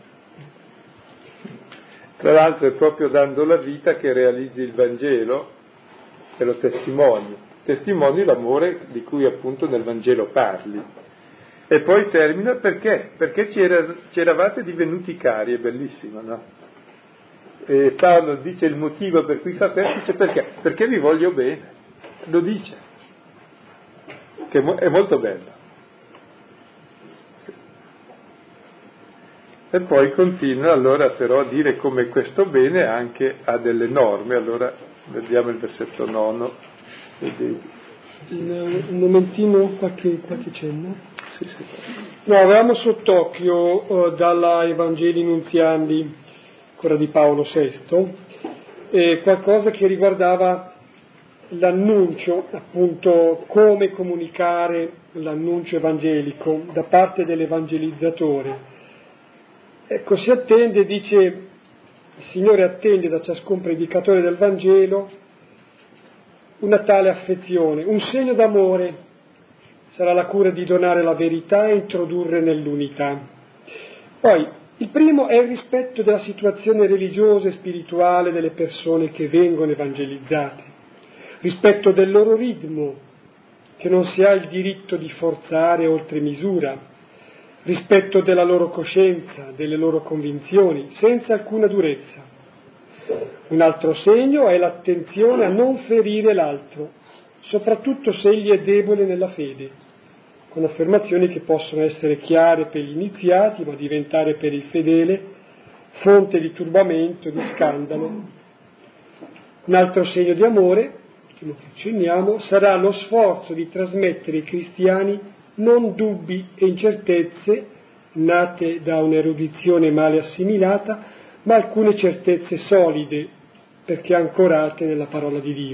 Tra l'altro è proprio dando la vita che realizzi il Vangelo e lo testimoni, testimoni l'amore di cui appunto nel Vangelo parli. E poi termina perché? Perché ci eravate divenuti cari, è bellissimo, no? E Paolo dice il motivo per cui fa questo, dice perché? Perché vi voglio bene, lo dice, che è molto bello. E poi continua allora però a dire come questo bene anche ha delle norme, allora vediamo il versetto nono. Un, un momentino, qualche, qualche cenno. Sì, sì. No, avevamo sott'occhio uh, dalla Evangeli Nunziandi, ancora di Paolo sesto, eh, qualcosa che riguardava l'annuncio, appunto come comunicare l'annuncio evangelico da parte dell'evangelizzatore. Ecco, si attende, dice, il Signore attende da ciascun predicatore del Vangelo una tale affezione, un segno d'amore. Sarà la cura di donare la verità e introdurre nell'unità. Poi, il primo è il rispetto della situazione religiosa e spirituale delle persone che vengono evangelizzate, rispetto del loro ritmo, che non si ha il diritto di forzare oltre misura, rispetto della loro coscienza, delle loro convinzioni, senza alcuna durezza. Un altro segno è l'attenzione a non ferire l'altro, soprattutto se egli è debole nella fede, con affermazioni che possono essere chiare per gli iniziati, ma diventare per il fedele fonte di turbamento, di scandalo. Un altro segno di amore, che non accenniamo, sarà lo sforzo di trasmettere ai cristiani non dubbi e incertezze nate da un'erudizione male assimilata, ma alcune certezze solide, perché ancorate nella parola di Dio.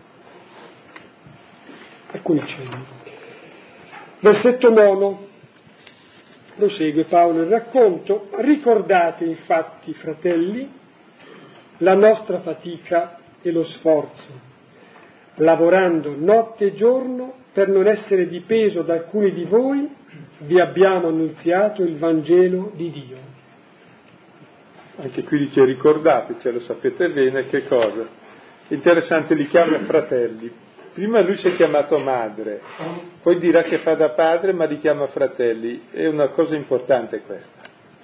Alcuni cenni. Versetto nono, prosegue Paolo il racconto: ricordate infatti, fratelli, la nostra fatica e lo sforzo, lavorando notte e giorno per non essere di peso da alcuni di voi, vi abbiamo annunziato il Vangelo di Dio. Anche qui dice ricordate, ce lo sapete bene, che cosa? Interessante, li chiama fratelli. Prima lui si è chiamato madre, poi dirà che fa da padre ma li chiama fratelli. È una cosa importante questa,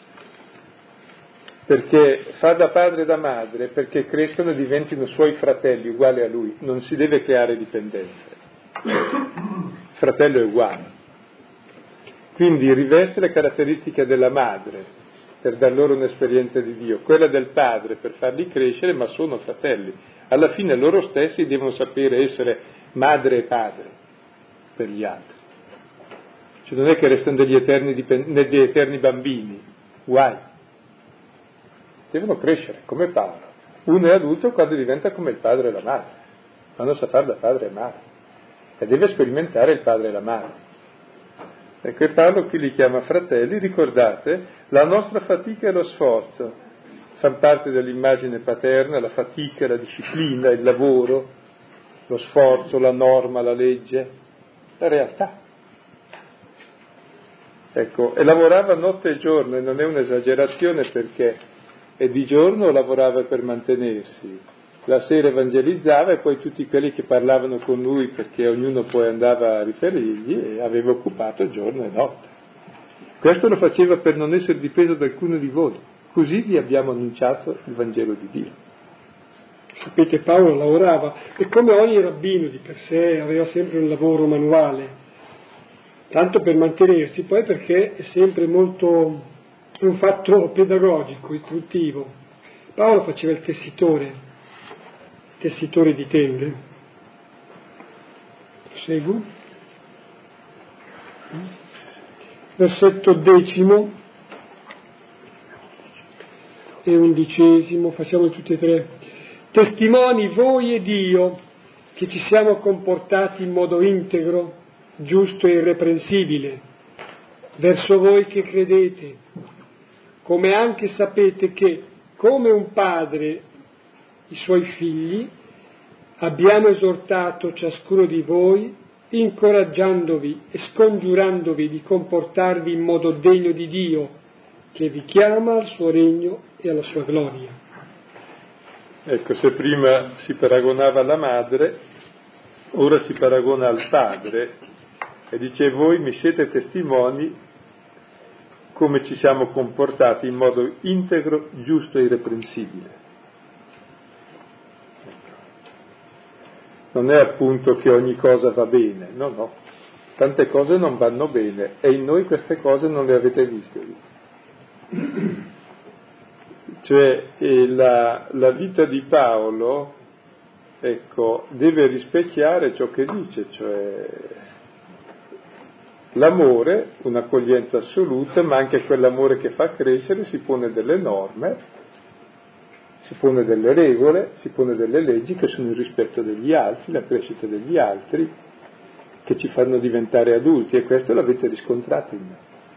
perché fa da padre e da madre perché crescono e diventino suoi fratelli uguali a lui, non si deve creare dipendenza, il fratello è uguale, quindi riveste le caratteristiche della madre per dar loro un'esperienza di Dio, quella del padre per farli crescere, ma sono fratelli, alla fine loro stessi devono sapere essere madre e padre per gli altri, cioè non è che restano degli eterni, dipend- degli eterni bambini, guai, devono crescere come Paolo. Uno è adulto quando diventa come il padre e la madre, quando sa fare da padre e madre, e deve sperimentare il padre e la madre. Ecco, e Paolo qui li chiama fratelli. Ricordate, la nostra fatica e lo sforzo fanno parte dell'immagine paterna, la fatica, la disciplina, il lavoro, lo sforzo, la norma, la legge, la realtà. Ecco, e lavorava notte e giorno, e non è un'esagerazione perché e di giorno lavorava per mantenersi, la sera evangelizzava e poi tutti quelli che parlavano con lui, perché ognuno poi andava a riferirgli, e aveva occupato giorno e notte. Questo lo faceva per non essere dipeso da alcuno di voi. Così vi abbiamo annunciato il Vangelo di Dio. Sapete, Paolo lavorava, e come ogni rabbino di per sé aveva sempre un lavoro manuale, tanto per mantenersi, poi perché è sempre molto un fatto pedagogico, istruttivo. Paolo faceva il tessitore, tessitore di tende. Proseguo. Versetto decimo e undicesimo, facciamo tutti e tre. Testimoni voi ed io che ci siamo comportati in modo integro, giusto e irreprensibile verso voi che credete, come anche sapete che, come un padre i suoi figli, abbiamo esortato ciascuno di voi, incoraggiandovi e scongiurandovi di comportarvi in modo degno di Dio, che vi chiama al suo regno e alla sua gloria. Ecco, se prima si paragonava alla madre, ora si paragona al padre e dice: voi mi siete testimoni come ci siamo comportati in modo integro, giusto e irreprensibile. Non è appunto che ogni cosa va bene, no, no, tante cose non vanno bene e in noi queste cose non le avete viste. Cioè eh, la, la vita di Paolo, ecco, deve rispecchiare ciò che dice, cioè l'amore, un'accoglienza assoluta, ma anche quell'amore che fa crescere, si pone delle norme, si pone delle regole, si pone delle leggi che sono il rispetto degli altri, la crescita degli altri, che ci fanno diventare adulti, e questo l'avete riscontrato in me.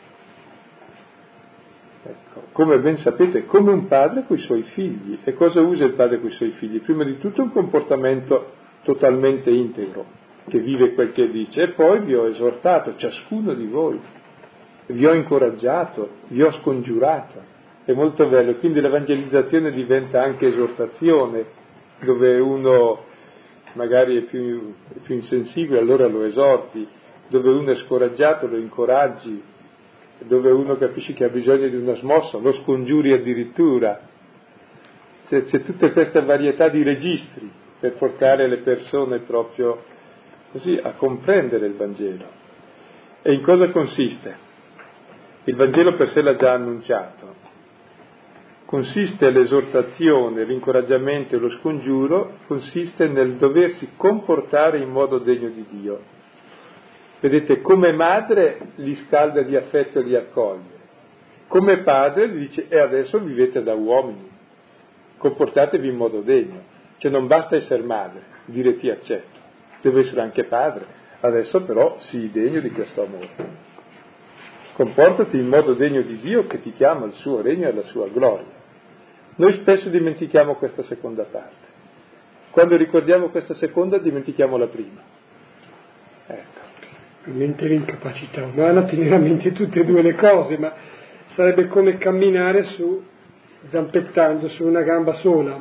Ecco, come ben sapete, come un padre coi suoi figli. E cosa usa il padre coi suoi figli? Prima di tutto un comportamento totalmente integro, che vive quel che dice, e poi vi ho esortato, ciascuno di voi, vi ho incoraggiato, vi ho scongiurato. È molto bello, quindi l'evangelizzazione diventa anche esortazione, dove uno magari è più, è più insensibile, allora lo esorti, dove uno è scoraggiato lo incoraggi, dove uno capisce che ha bisogno di una smossa lo scongiuri addirittura. C'è, c'è tutta questa varietà di registri per portare le persone proprio così a comprendere il Vangelo. E in cosa consiste? Il Vangelo per sé l'ha già annunciato. Consiste l'esortazione, l'incoraggiamento e lo scongiuro, consiste nel doversi comportare in modo degno di Dio. Vedete, come madre li scalda di affetto e li accoglie, come padre gli dice: e adesso vivete da uomini, comportatevi in modo degno. Cioè non basta essere madre, dire ti accetto, deve essere anche padre, adesso però sii degno di questo amore. Comportati in modo degno di Dio che ti chiama al suo regno e alla sua gloria. Noi spesso dimentichiamo questa seconda parte. Quando ricordiamo questa seconda, dimentichiamo la prima. Ecco. Mente l'incapacità umana tenere a mente tutte e due le cose, ma sarebbe come camminare su, zampettando su una gamba sola.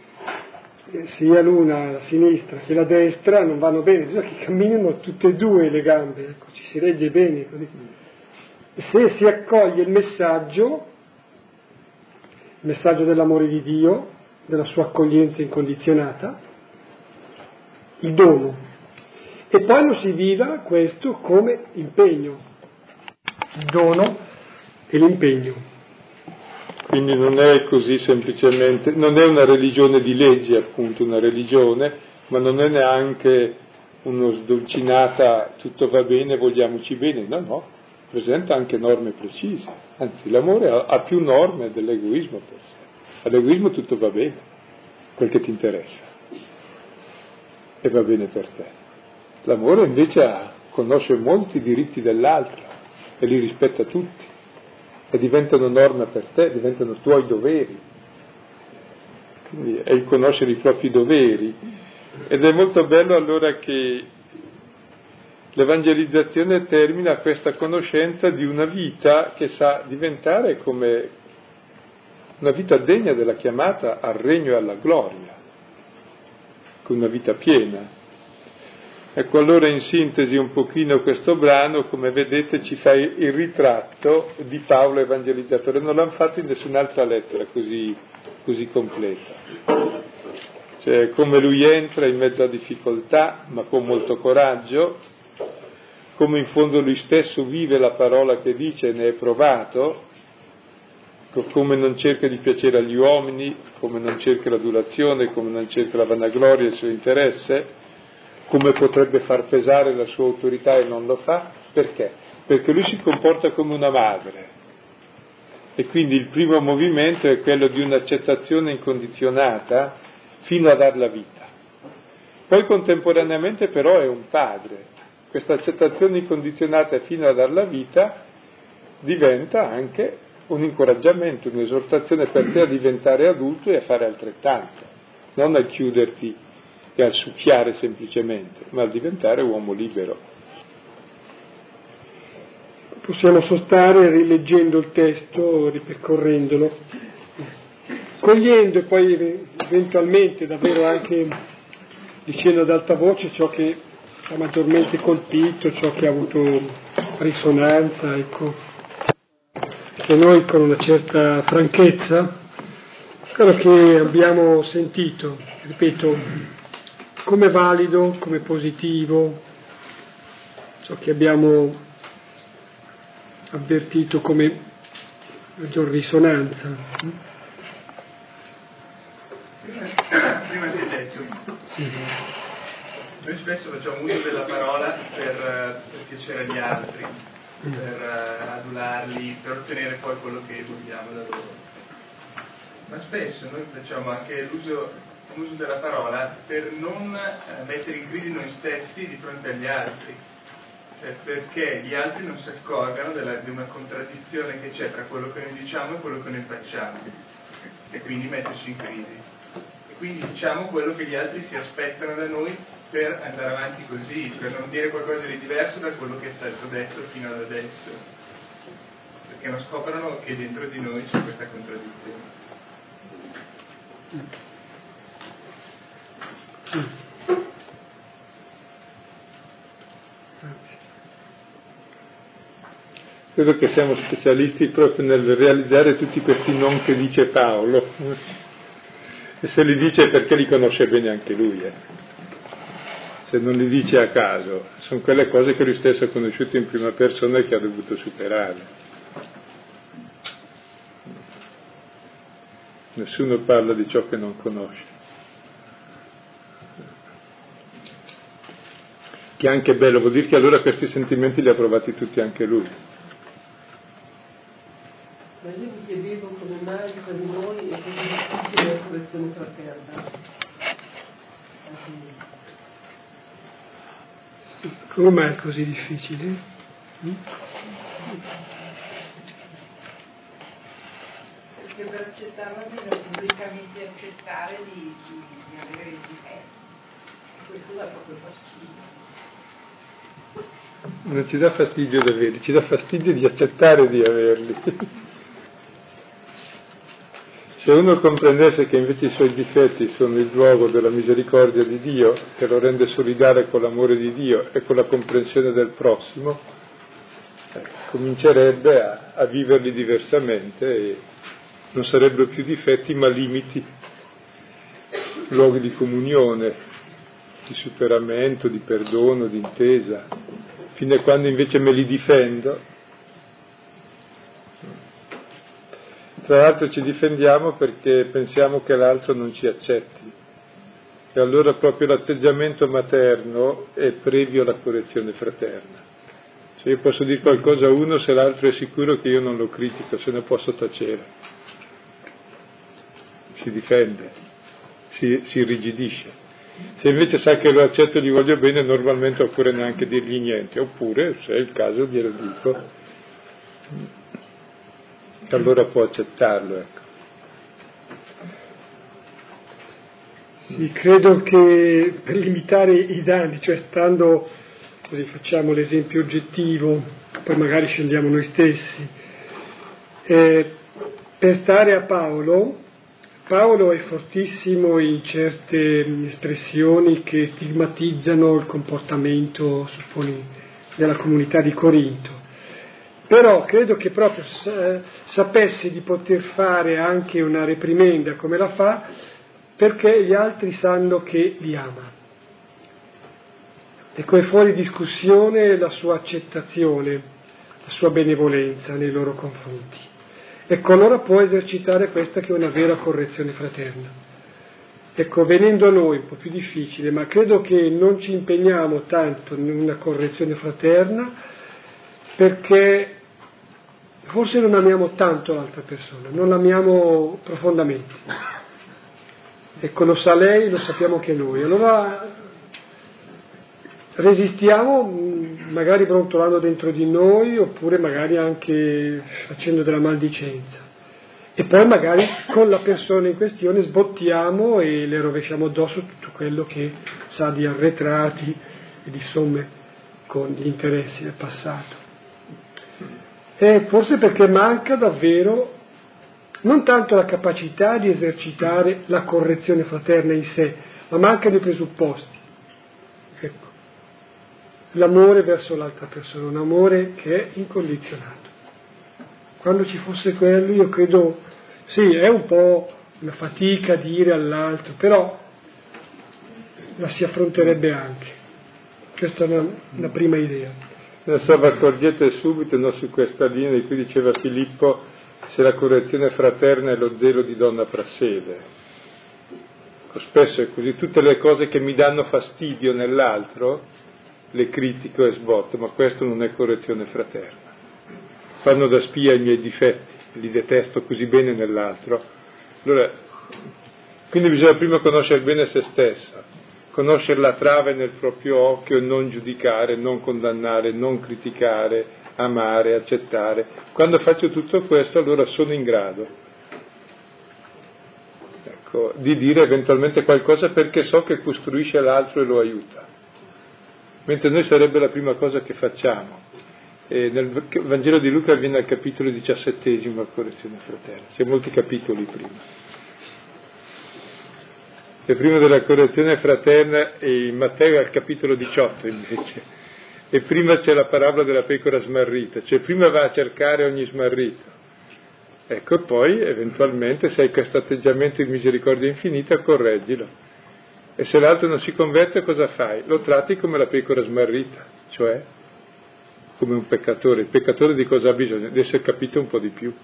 Sia l'una, la sinistra, che la destra non vanno bene, bisogna che camminino tutte e due le gambe, ecco, ci si regge bene così. Se si accoglie il messaggio, il messaggio dell'amore di Dio, della sua accoglienza incondizionata, il dono, e poi lo si viva questo come impegno, il dono e l'impegno. Quindi non è così semplicemente, non è una religione di leggi, appunto, una religione, ma non è neanche uno sdolcinata tutto va bene, vogliamoci bene, no, no, presenta anche norme precise, anzi l'amore ha, ha più norme dell'egoismo per sé. All'egoismo tutto va bene, quel che ti interessa, e va bene per te. L'amore invece ha, conosce molti diritti dell'altro e li rispetta tutti, e diventano norma per te, diventano tuoi doveri. Quindi è il conoscere i propri doveri. Ed è molto bello allora che l'evangelizzazione termina questa conoscenza di una vita che sa diventare come una vita degna della chiamata al regno e alla gloria, con una vita piena. Ecco, allora in sintesi un pochino questo brano, come vedete, ci fa il ritratto di Paolo evangelizzatore. Non l'hanno fatto in nessun'altra lettera così, così completa. Cioè, come lui entra in mezzo a difficoltà, ma con molto coraggio, come in fondo lui stesso vive la parola che dice e ne è provato, come non cerca di piacere agli uomini, come non cerca l'adulazione, come non cerca la vanagloria, il suo interesse, come potrebbe far pesare la sua autorità e non lo fa. Perché? Perché lui si comporta come una madre e quindi il primo movimento è quello di un'accettazione incondizionata fino a dar la vita. Poi contemporaneamente però è un padre. Questa accettazione incondizionata fino a dar la vita diventa anche un incoraggiamento, un'esortazione per te a diventare adulto e a fare altrettanto, non a chiuderti e a succhiare semplicemente, ma a diventare uomo libero. Possiamo sostare rileggendo il testo, ripercorrendolo, cogliendo e poi eventualmente davvero anche dicendo ad alta voce ciò che ha maggiormente colpito, ciò che ha avuto risonanza, ecco, che noi con una certa franchezza, quello che abbiamo sentito, ripeto, come valido, come positivo, ciò che abbiamo avvertito come maggior risonanza. Prima, prima di detto, sì. Noi spesso facciamo uso della parola per, per piacere agli altri, per uh, adularli, per ottenere poi quello che vogliamo da loro. Ma spesso noi facciamo anche l'uso l'uso della parola per non eh, mettere in crisi noi stessi di fronte agli altri, cioè perché gli altri non si accorgano della, di una contraddizione che c'è tra quello che noi diciamo e quello che noi facciamo, e quindi metterci in crisi. E quindi diciamo quello che gli altri si aspettano da noi per andare avanti così, per non dire qualcosa di diverso da quello che è stato detto fino ad adesso, perché non scoprono che dentro di noi c'è questa contraddizione. Credo che siamo specialisti proprio nel realizzare tutti questi non che dice Paolo, e se li dice è perché li conosce bene anche lui, eh. Se non li dice a caso, sono quelle cose che lui stesso ha conosciuto in prima persona e che ha dovuto superare. Nessuno parla di ciò che non conosce. Che è anche bello, vuol dire che allora questi sentimenti li ha provati tutti anche lui. Ma io mi chiedevo come mai per noi è così difficile la correzione fraterna. Come mai è così difficile? Mm? Perché per accettarla bisogna pubblicamente accettare di, di, di avere il difetto. Questo dà proprio fastidio. Non ci dà fastidio di averli, ci dà fastidio di accettare di averli. Se uno comprendesse che invece i suoi difetti sono il luogo della misericordia di Dio, che lo rende solidale con l'amore di Dio e con la comprensione del prossimo, eh, comincerebbe a, a viverli diversamente e non sarebbero più difetti ma limiti, luoghi di comunione, di superamento, di perdono, di intesa, fino a quando invece me li difendo. Tra l'altro ci difendiamo perché pensiamo che l'altro non ci accetti e allora proprio l'atteggiamento materno è previo alla correzione fraterna. Cioè io posso dire qualcosa a uno se l'altro è sicuro che io non lo critico, se ne posso tacere. Si difende, si, si irrigidisce. Se invece sa che lo accetto e gli voglio bene, normalmente oppure neanche dirgli niente, oppure se è il caso glielo dico. Allora può accettarlo, ecco. Sì, credo che per limitare i danni, cioè stando, così facciamo l'esempio oggettivo, poi magari scendiamo noi stessi, eh, per stare a Paolo Paolo è fortissimo in certe espressioni che stigmatizzano il comportamento, supponi, della comunità di Corinto, però credo che proprio sapesse di poter fare anche una reprimenda come la fa, perché gli altri sanno che li ama. Ecco, è fuori discussione la sua accettazione, la sua benevolenza nei loro confronti. Ecco, allora può esercitare questa che è una vera correzione fraterna. Ecco, venendo a noi un po' più difficile, ma credo che non ci impegniamo tanto in una correzione fraterna perché forse non amiamo tanto l'altra persona, non l'amiamo profondamente. Ecco, lo sa lei, lo sappiamo anche noi. Allora resistiamo, magari brontolando dentro di noi, oppure magari anche facendo della maldicenza. E poi magari con la persona in questione sbottiamo e le rovesciamo addosso tutto quello che sa di arretrati e di somme con gli interessi del passato. E forse perché manca davvero non tanto la capacità di esercitare la correzione fraterna in sé, ma mancano i presupposti. Ecco, l'amore verso l'altra persona, un amore che è incondizionato. Quando ci fosse quello, io credo, sì, è un po' una fatica dire all'altro, però la si affronterebbe anche. Questa è una, una prima idea. Adesso vi accorgete subito, no, su questa linea di cui diceva Filippo, se la correzione fraterna è lo zelo di donna prassede. Spesso è così, tutte le cose che mi danno fastidio nell'altro le critico e sbotto, ma questo non è correzione fraterna. Fanno da spia i miei difetti, li detesto così bene nell'altro. Allora, quindi bisogna prima conoscere bene se stessa, conoscere la trave nel proprio occhio, non giudicare, non condannare, non criticare, amare, accettare. Quando faccio tutto questo, allora sono in grado, ecco, di dire eventualmente qualcosa perché so che costruisce l'altro e lo aiuta. Mentre noi sarebbe la prima cosa che facciamo. E nel Vangelo di Luca viene al capitolo diciassettesimo la correzione fraterna, c'è molti capitoli prima. E prima della correzione fraterna e in Matteo è al capitolo diciotto invece, e prima c'è la parabola della pecora smarrita, cioè prima va a cercare ogni smarrito, ecco, poi eventualmente se hai questo atteggiamento di misericordia infinita correggilo, e se l'altro non si converte cosa fai? Lo tratti come la pecora smarrita, cioè come un peccatore. Il peccatore di cosa ha bisogno? Di essere capito un po' di più.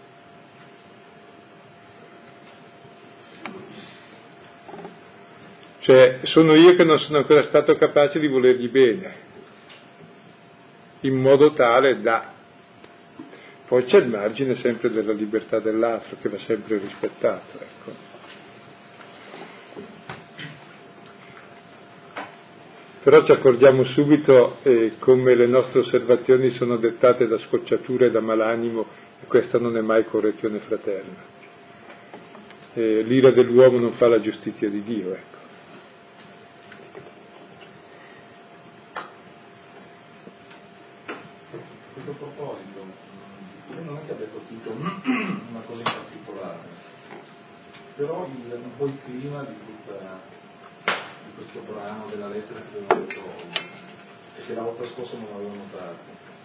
Cioè, sono io che non sono ancora stato capace di volergli bene, in modo tale da... Poi c'è il margine sempre della libertà dell'altro, che va sempre rispettato, ecco. Però ci accorgiamo subito eh, come le nostre osservazioni sono dettate da scocciatura e da malanimo, e questa non è mai correzione fraterna. Eh, l'ira dell'uomo non fa la giustizia di Dio, ecco. A questo proposito, io non è che abbia colpito una cosa in particolare, però il, un po' il clima di tutta questo brano della lettera che avevo detto oggi e che la volta scorsa non avevo notato,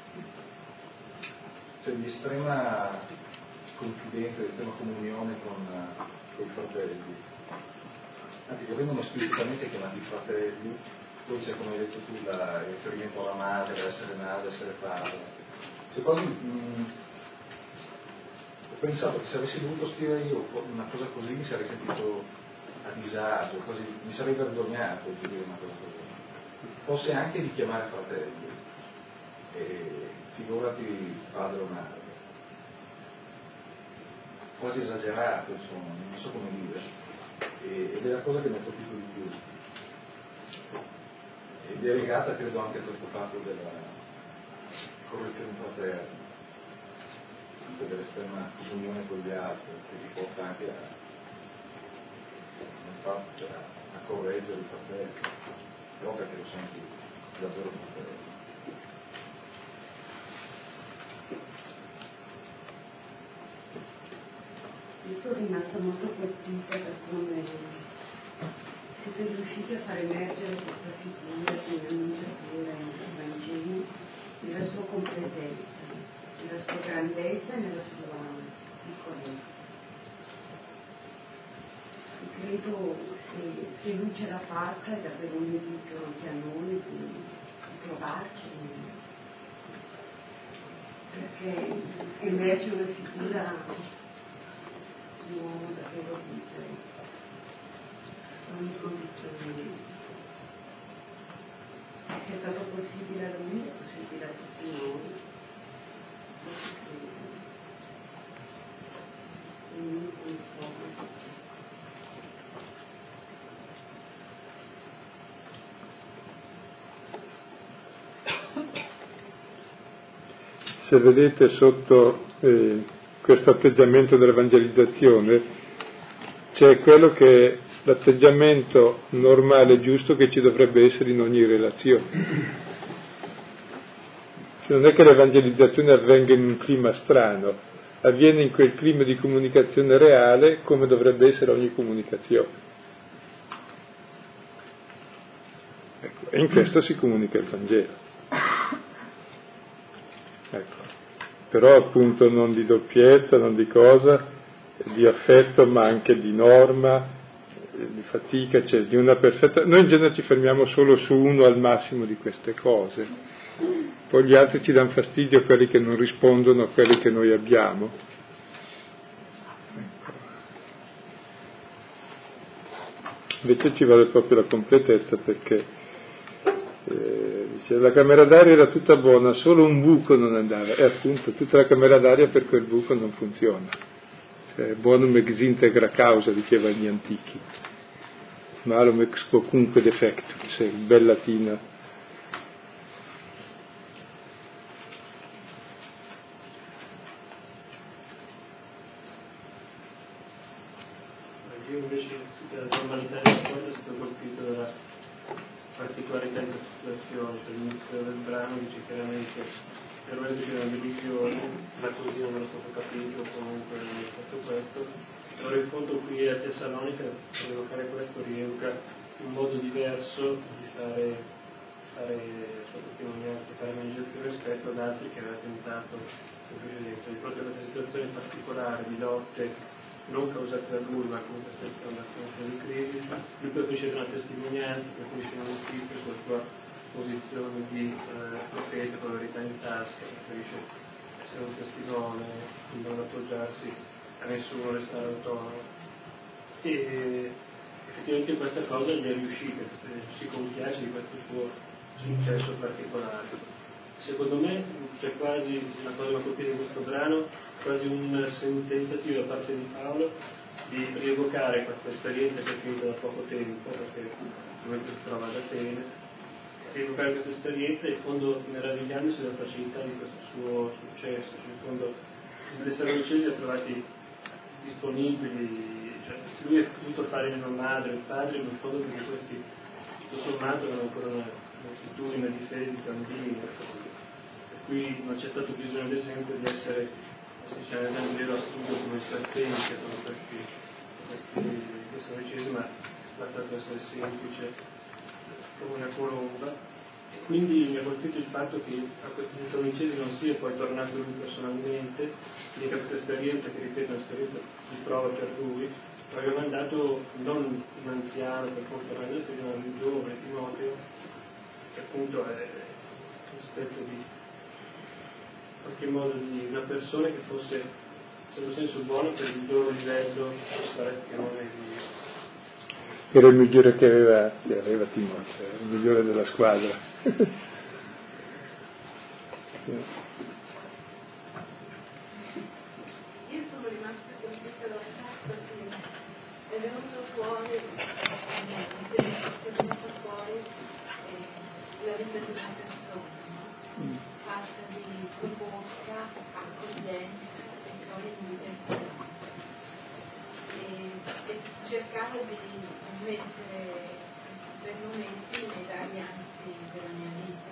cioè di estrema confidenza, di estrema comunione con, con i fratelli, anzi che vengono esplicitamente chiamati fratelli. Poi c'è, come hai detto tu, la, il riferimento alla madre, essere madre, essere padre, cioè quasi mh, ho pensato che se avessi dovuto scrivere io una cosa così mi sarei sentito a disagio, quasi mi sarei vergognato di dire una cosa così, forse anche di chiamare fratelli, e figurati padre o madre, quasi esagerato, insomma, non so come dire, e, ed è la cosa che mi ha colpito di più, ed è legata credo anche a questo fatto della correzione fraterna, anche dell'estrema comunione con gli altri, che ti porta anche a Cioè, a correggere il fratello, però perché lo senti davvero fratello. Io sono rimasta molto colpita da come siete riusciti a far emergere questa figura di annunciatura nei Vangeli nella sua completezza, nella sua grandezza e nella sua piccolezza. Credo se, se lui ce l'ha fatta è davvero un invito anche a noi di, di provarci, perché emerge una figura di un uomo davvero libero, ogni condizione. Se è stato possibile a lui, è possibile a tutti noi. Se vedete sotto eh, questo atteggiamento dell'evangelizzazione c'è quello che è l'atteggiamento normale e giusto che ci dovrebbe essere in ogni relazione. Cioè, non è che l'evangelizzazione avvenga in un clima strano, avviene in quel clima di comunicazione reale come dovrebbe essere ogni comunicazione. Ecco, e in questo si comunica il Vangelo. Ecco. Però appunto non di doppiezza, non di cosa, di affetto, ma anche di norma, di fatica, cioè di una perfetta... Noi in genere ci fermiamo solo su uno al massimo di queste cose, poi gli altri ci danno fastidio, quelli che non rispondono a quelli che noi abbiamo. Ecco. Invece ci vuole proprio la completezza, perché Eh, dice, la camera d'aria era tutta buona, solo un buco non andava, e appunto tutta la camera d'aria per quel buco non funziona. Cioè, bonum ex integra causa, dicevano gli antichi, malum ex quocunque defectum, se il bel latino. Io invece della normalità della cosa sono stato colpito dalla particolarità di questa situazione. Cioè, all'inizio del brano dice chiaramente per me c'è una divisione, ma così non me lo stato capito, comunque non è stato questo. Allora in fondo qui a Tessalonica volevo fare questo, rievoca un modo diverso di fare, fare sua testimonianza, fare evangelizzazione rispetto ad altri che aveva tentato in precedenza. Di fronte a questa situazione particolare di lotte non causate da lui, ma comunque senza una situazione di crisi, lui preferisce una testimonianza, preferisce non insistere sulla sua posizione di eh, profeta con la verità in tasca, preferisce essere un testimone, non appoggiarsi a nessuno, restare autonomo. E effettivamente questa cosa gli è riuscita, si compiace di questo suo successo particolare. Secondo me c'è quasi una cosa che ho colpito in questo brano, quasi un, un tentativo da parte di Paolo di rievocare questa esperienza che è finita da poco tempo, perché ovviamente si trova ad Atene, rievocare questa esperienza e in fondo meravigliandosi della facilità di questo suo successo. Cioè, in fondo i Tessalonicesi li ha trovati disponibili, cioè, lui ha potuto fare il madre, il padre, ma in fondo perché questi tutto sommato avevano ancora una moltitudine di fede, di bambini, per cui non c'è stato bisogno ad esempio di essere, si dice nel Vangelo, a studio come i serpenti, che sono questi, questi Tessalonicesi, ma basta essere semplice come una colomba. E quindi mi ha colpito il fatto che a questi Tessalonicesi non sia poi tornato lui personalmente, quindi che questa esperienza, che ripeto è un'esperienza di prova per lui, aveva mandato non un anziano per confermare la fede, ma un giovane Timoteo, che appunto è un aspetto di in qualche modo di una persona che fosse, in certo senso, buono per il loro livello di preparazione di... Era il migliore che aveva, che aveva Timoteo, il migliore della squadra. Io sono rimasta colpita dal fatto che è venuto fuori, è venuto fuori eh, la vita di una persona, fatta di proposta, accoglienza e poi di intenzione. E, e cercavo di mettere per momenti nei vari ambiti della mia vita,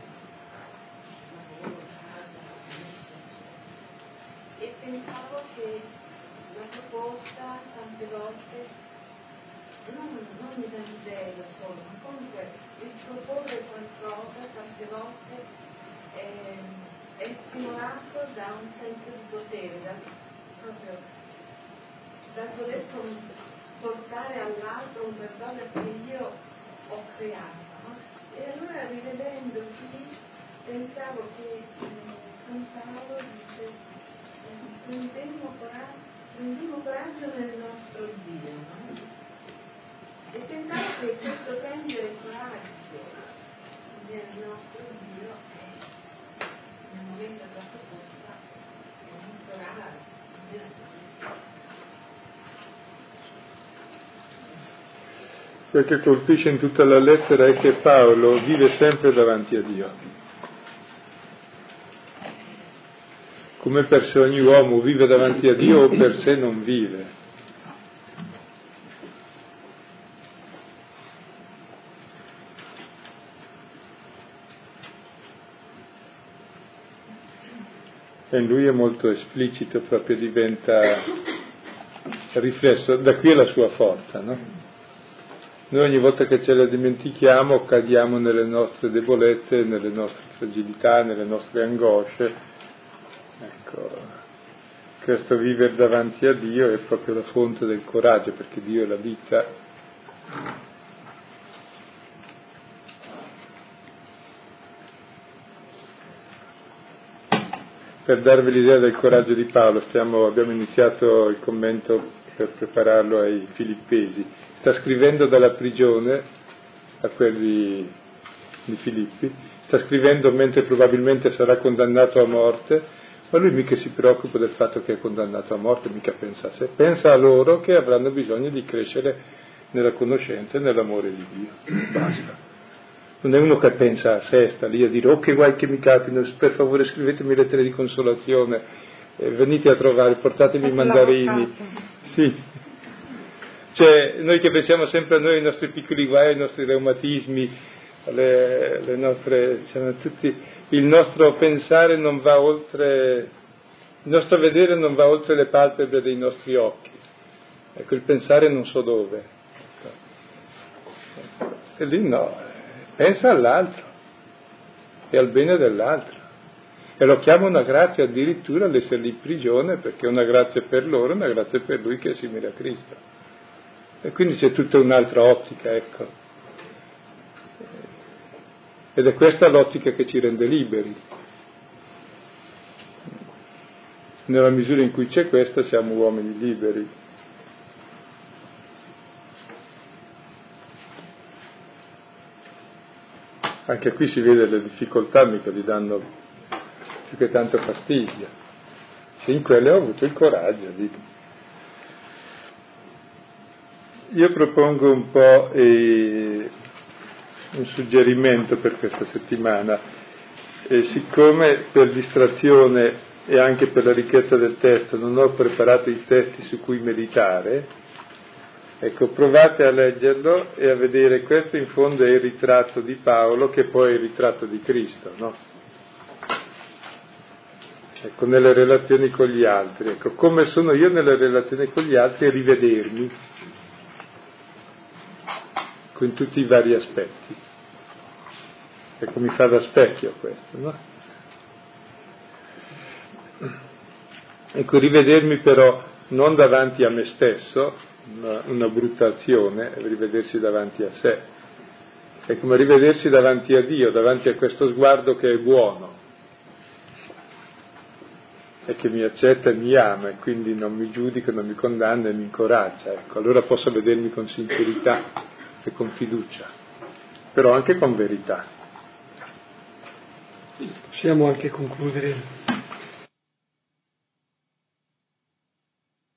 lavoro, casa, e pensavo che la proposta tante volte, non, non il Vangelo solo, ma comunque il proporre qualcosa tante volte è, è stimolato da un senso di potere, da, proprio da poter portare all'altro un qualcosa che io ho creato. No? E allora rivedendo qui pensavo che San Paolo dice eh, prendemmo coraggio, prendemmo coraggio nel nostro Dio, no? E pensavo che questo prendere coraggio nel nostro Dio è nel momento della proposta è implorare Dio. Quel che colpisce in tutta la lettera è che Paolo vive sempre davanti a Dio. Come per se ogni uomo vive davanti a Dio o per sé non vive. E in lui è molto esplicito, proprio diventa riflesso, da qui è la sua forza, no? Noi ogni volta che ce la dimentichiamo cadiamo nelle nostre debolezze, nelle nostre fragilità, nelle nostre angosce. Ecco, questo vivere davanti a Dio è proprio la fonte del coraggio, perché Dio è la vita. Per darvi l'idea del coraggio di Paolo, stiamo, abbiamo iniziato il commento per prepararlo ai Filippesi. Sta scrivendo dalla prigione a quelli di Filippi, sta scrivendo mentre probabilmente sarà condannato a morte, ma lui mica si preoccupa del fatto che è condannato a morte, mica pensa a sé, pensa a loro che avranno bisogno di crescere nella conoscenza e nell'amore di Dio. Basta. Non è uno che pensa a sé, sta lì a dire oh che guai che mi capino, per favore scrivetemi lettere di consolazione, eh, venite a trovare, portatemi i mandarini. Sì. Cioè, noi che pensiamo sempre a noi, ai nostri piccoli guai, ai nostri reumatismi, alle, le nostre, diciamo, tutti, il nostro pensare non va oltre, il nostro vedere non va oltre le palpebre dei nostri occhi. Ecco, il pensare non so dove. E lì no, pensa all'altro e al bene dell'altro. E lo chiama una grazia addirittura l'essere in prigione, perché è una grazia per loro, una grazia per lui che è simile a Cristo. E quindi c'è tutta un'altra ottica, ecco. Ed è questa l'ottica che ci rende liberi. Nella misura in cui c'è questa siamo uomini liberi. Anche qui si vede le difficoltà, mica gli danno più che tanto fastidio. Se in quelle ho avuto il coraggio di... Io propongo un po' eh, un suggerimento per questa settimana, e siccome per distrazione e anche per la ricchezza del testo non ho preparato i testi su cui meditare, ecco, provate a leggerlo e a vedere, questo in fondo è il ritratto di Paolo che poi è il ritratto di Cristo, no? Ecco, nelle relazioni con gli altri, ecco, come sono io nelle relazioni con gli altri e rivedermi in tutti i vari aspetti. Ecco, mi fa da specchio questo, no? Ecco, rivedermi però non davanti a me stesso, una, una brutta azione, rivedersi davanti a sé. È come rivedersi davanti a Dio, davanti a questo sguardo che è buono e che mi accetta e mi ama e quindi non mi giudica, non mi condanna e mi incoraggia. Ecco, allora posso vedermi con sincerità e con fiducia, però anche con verità. Possiamo anche concludere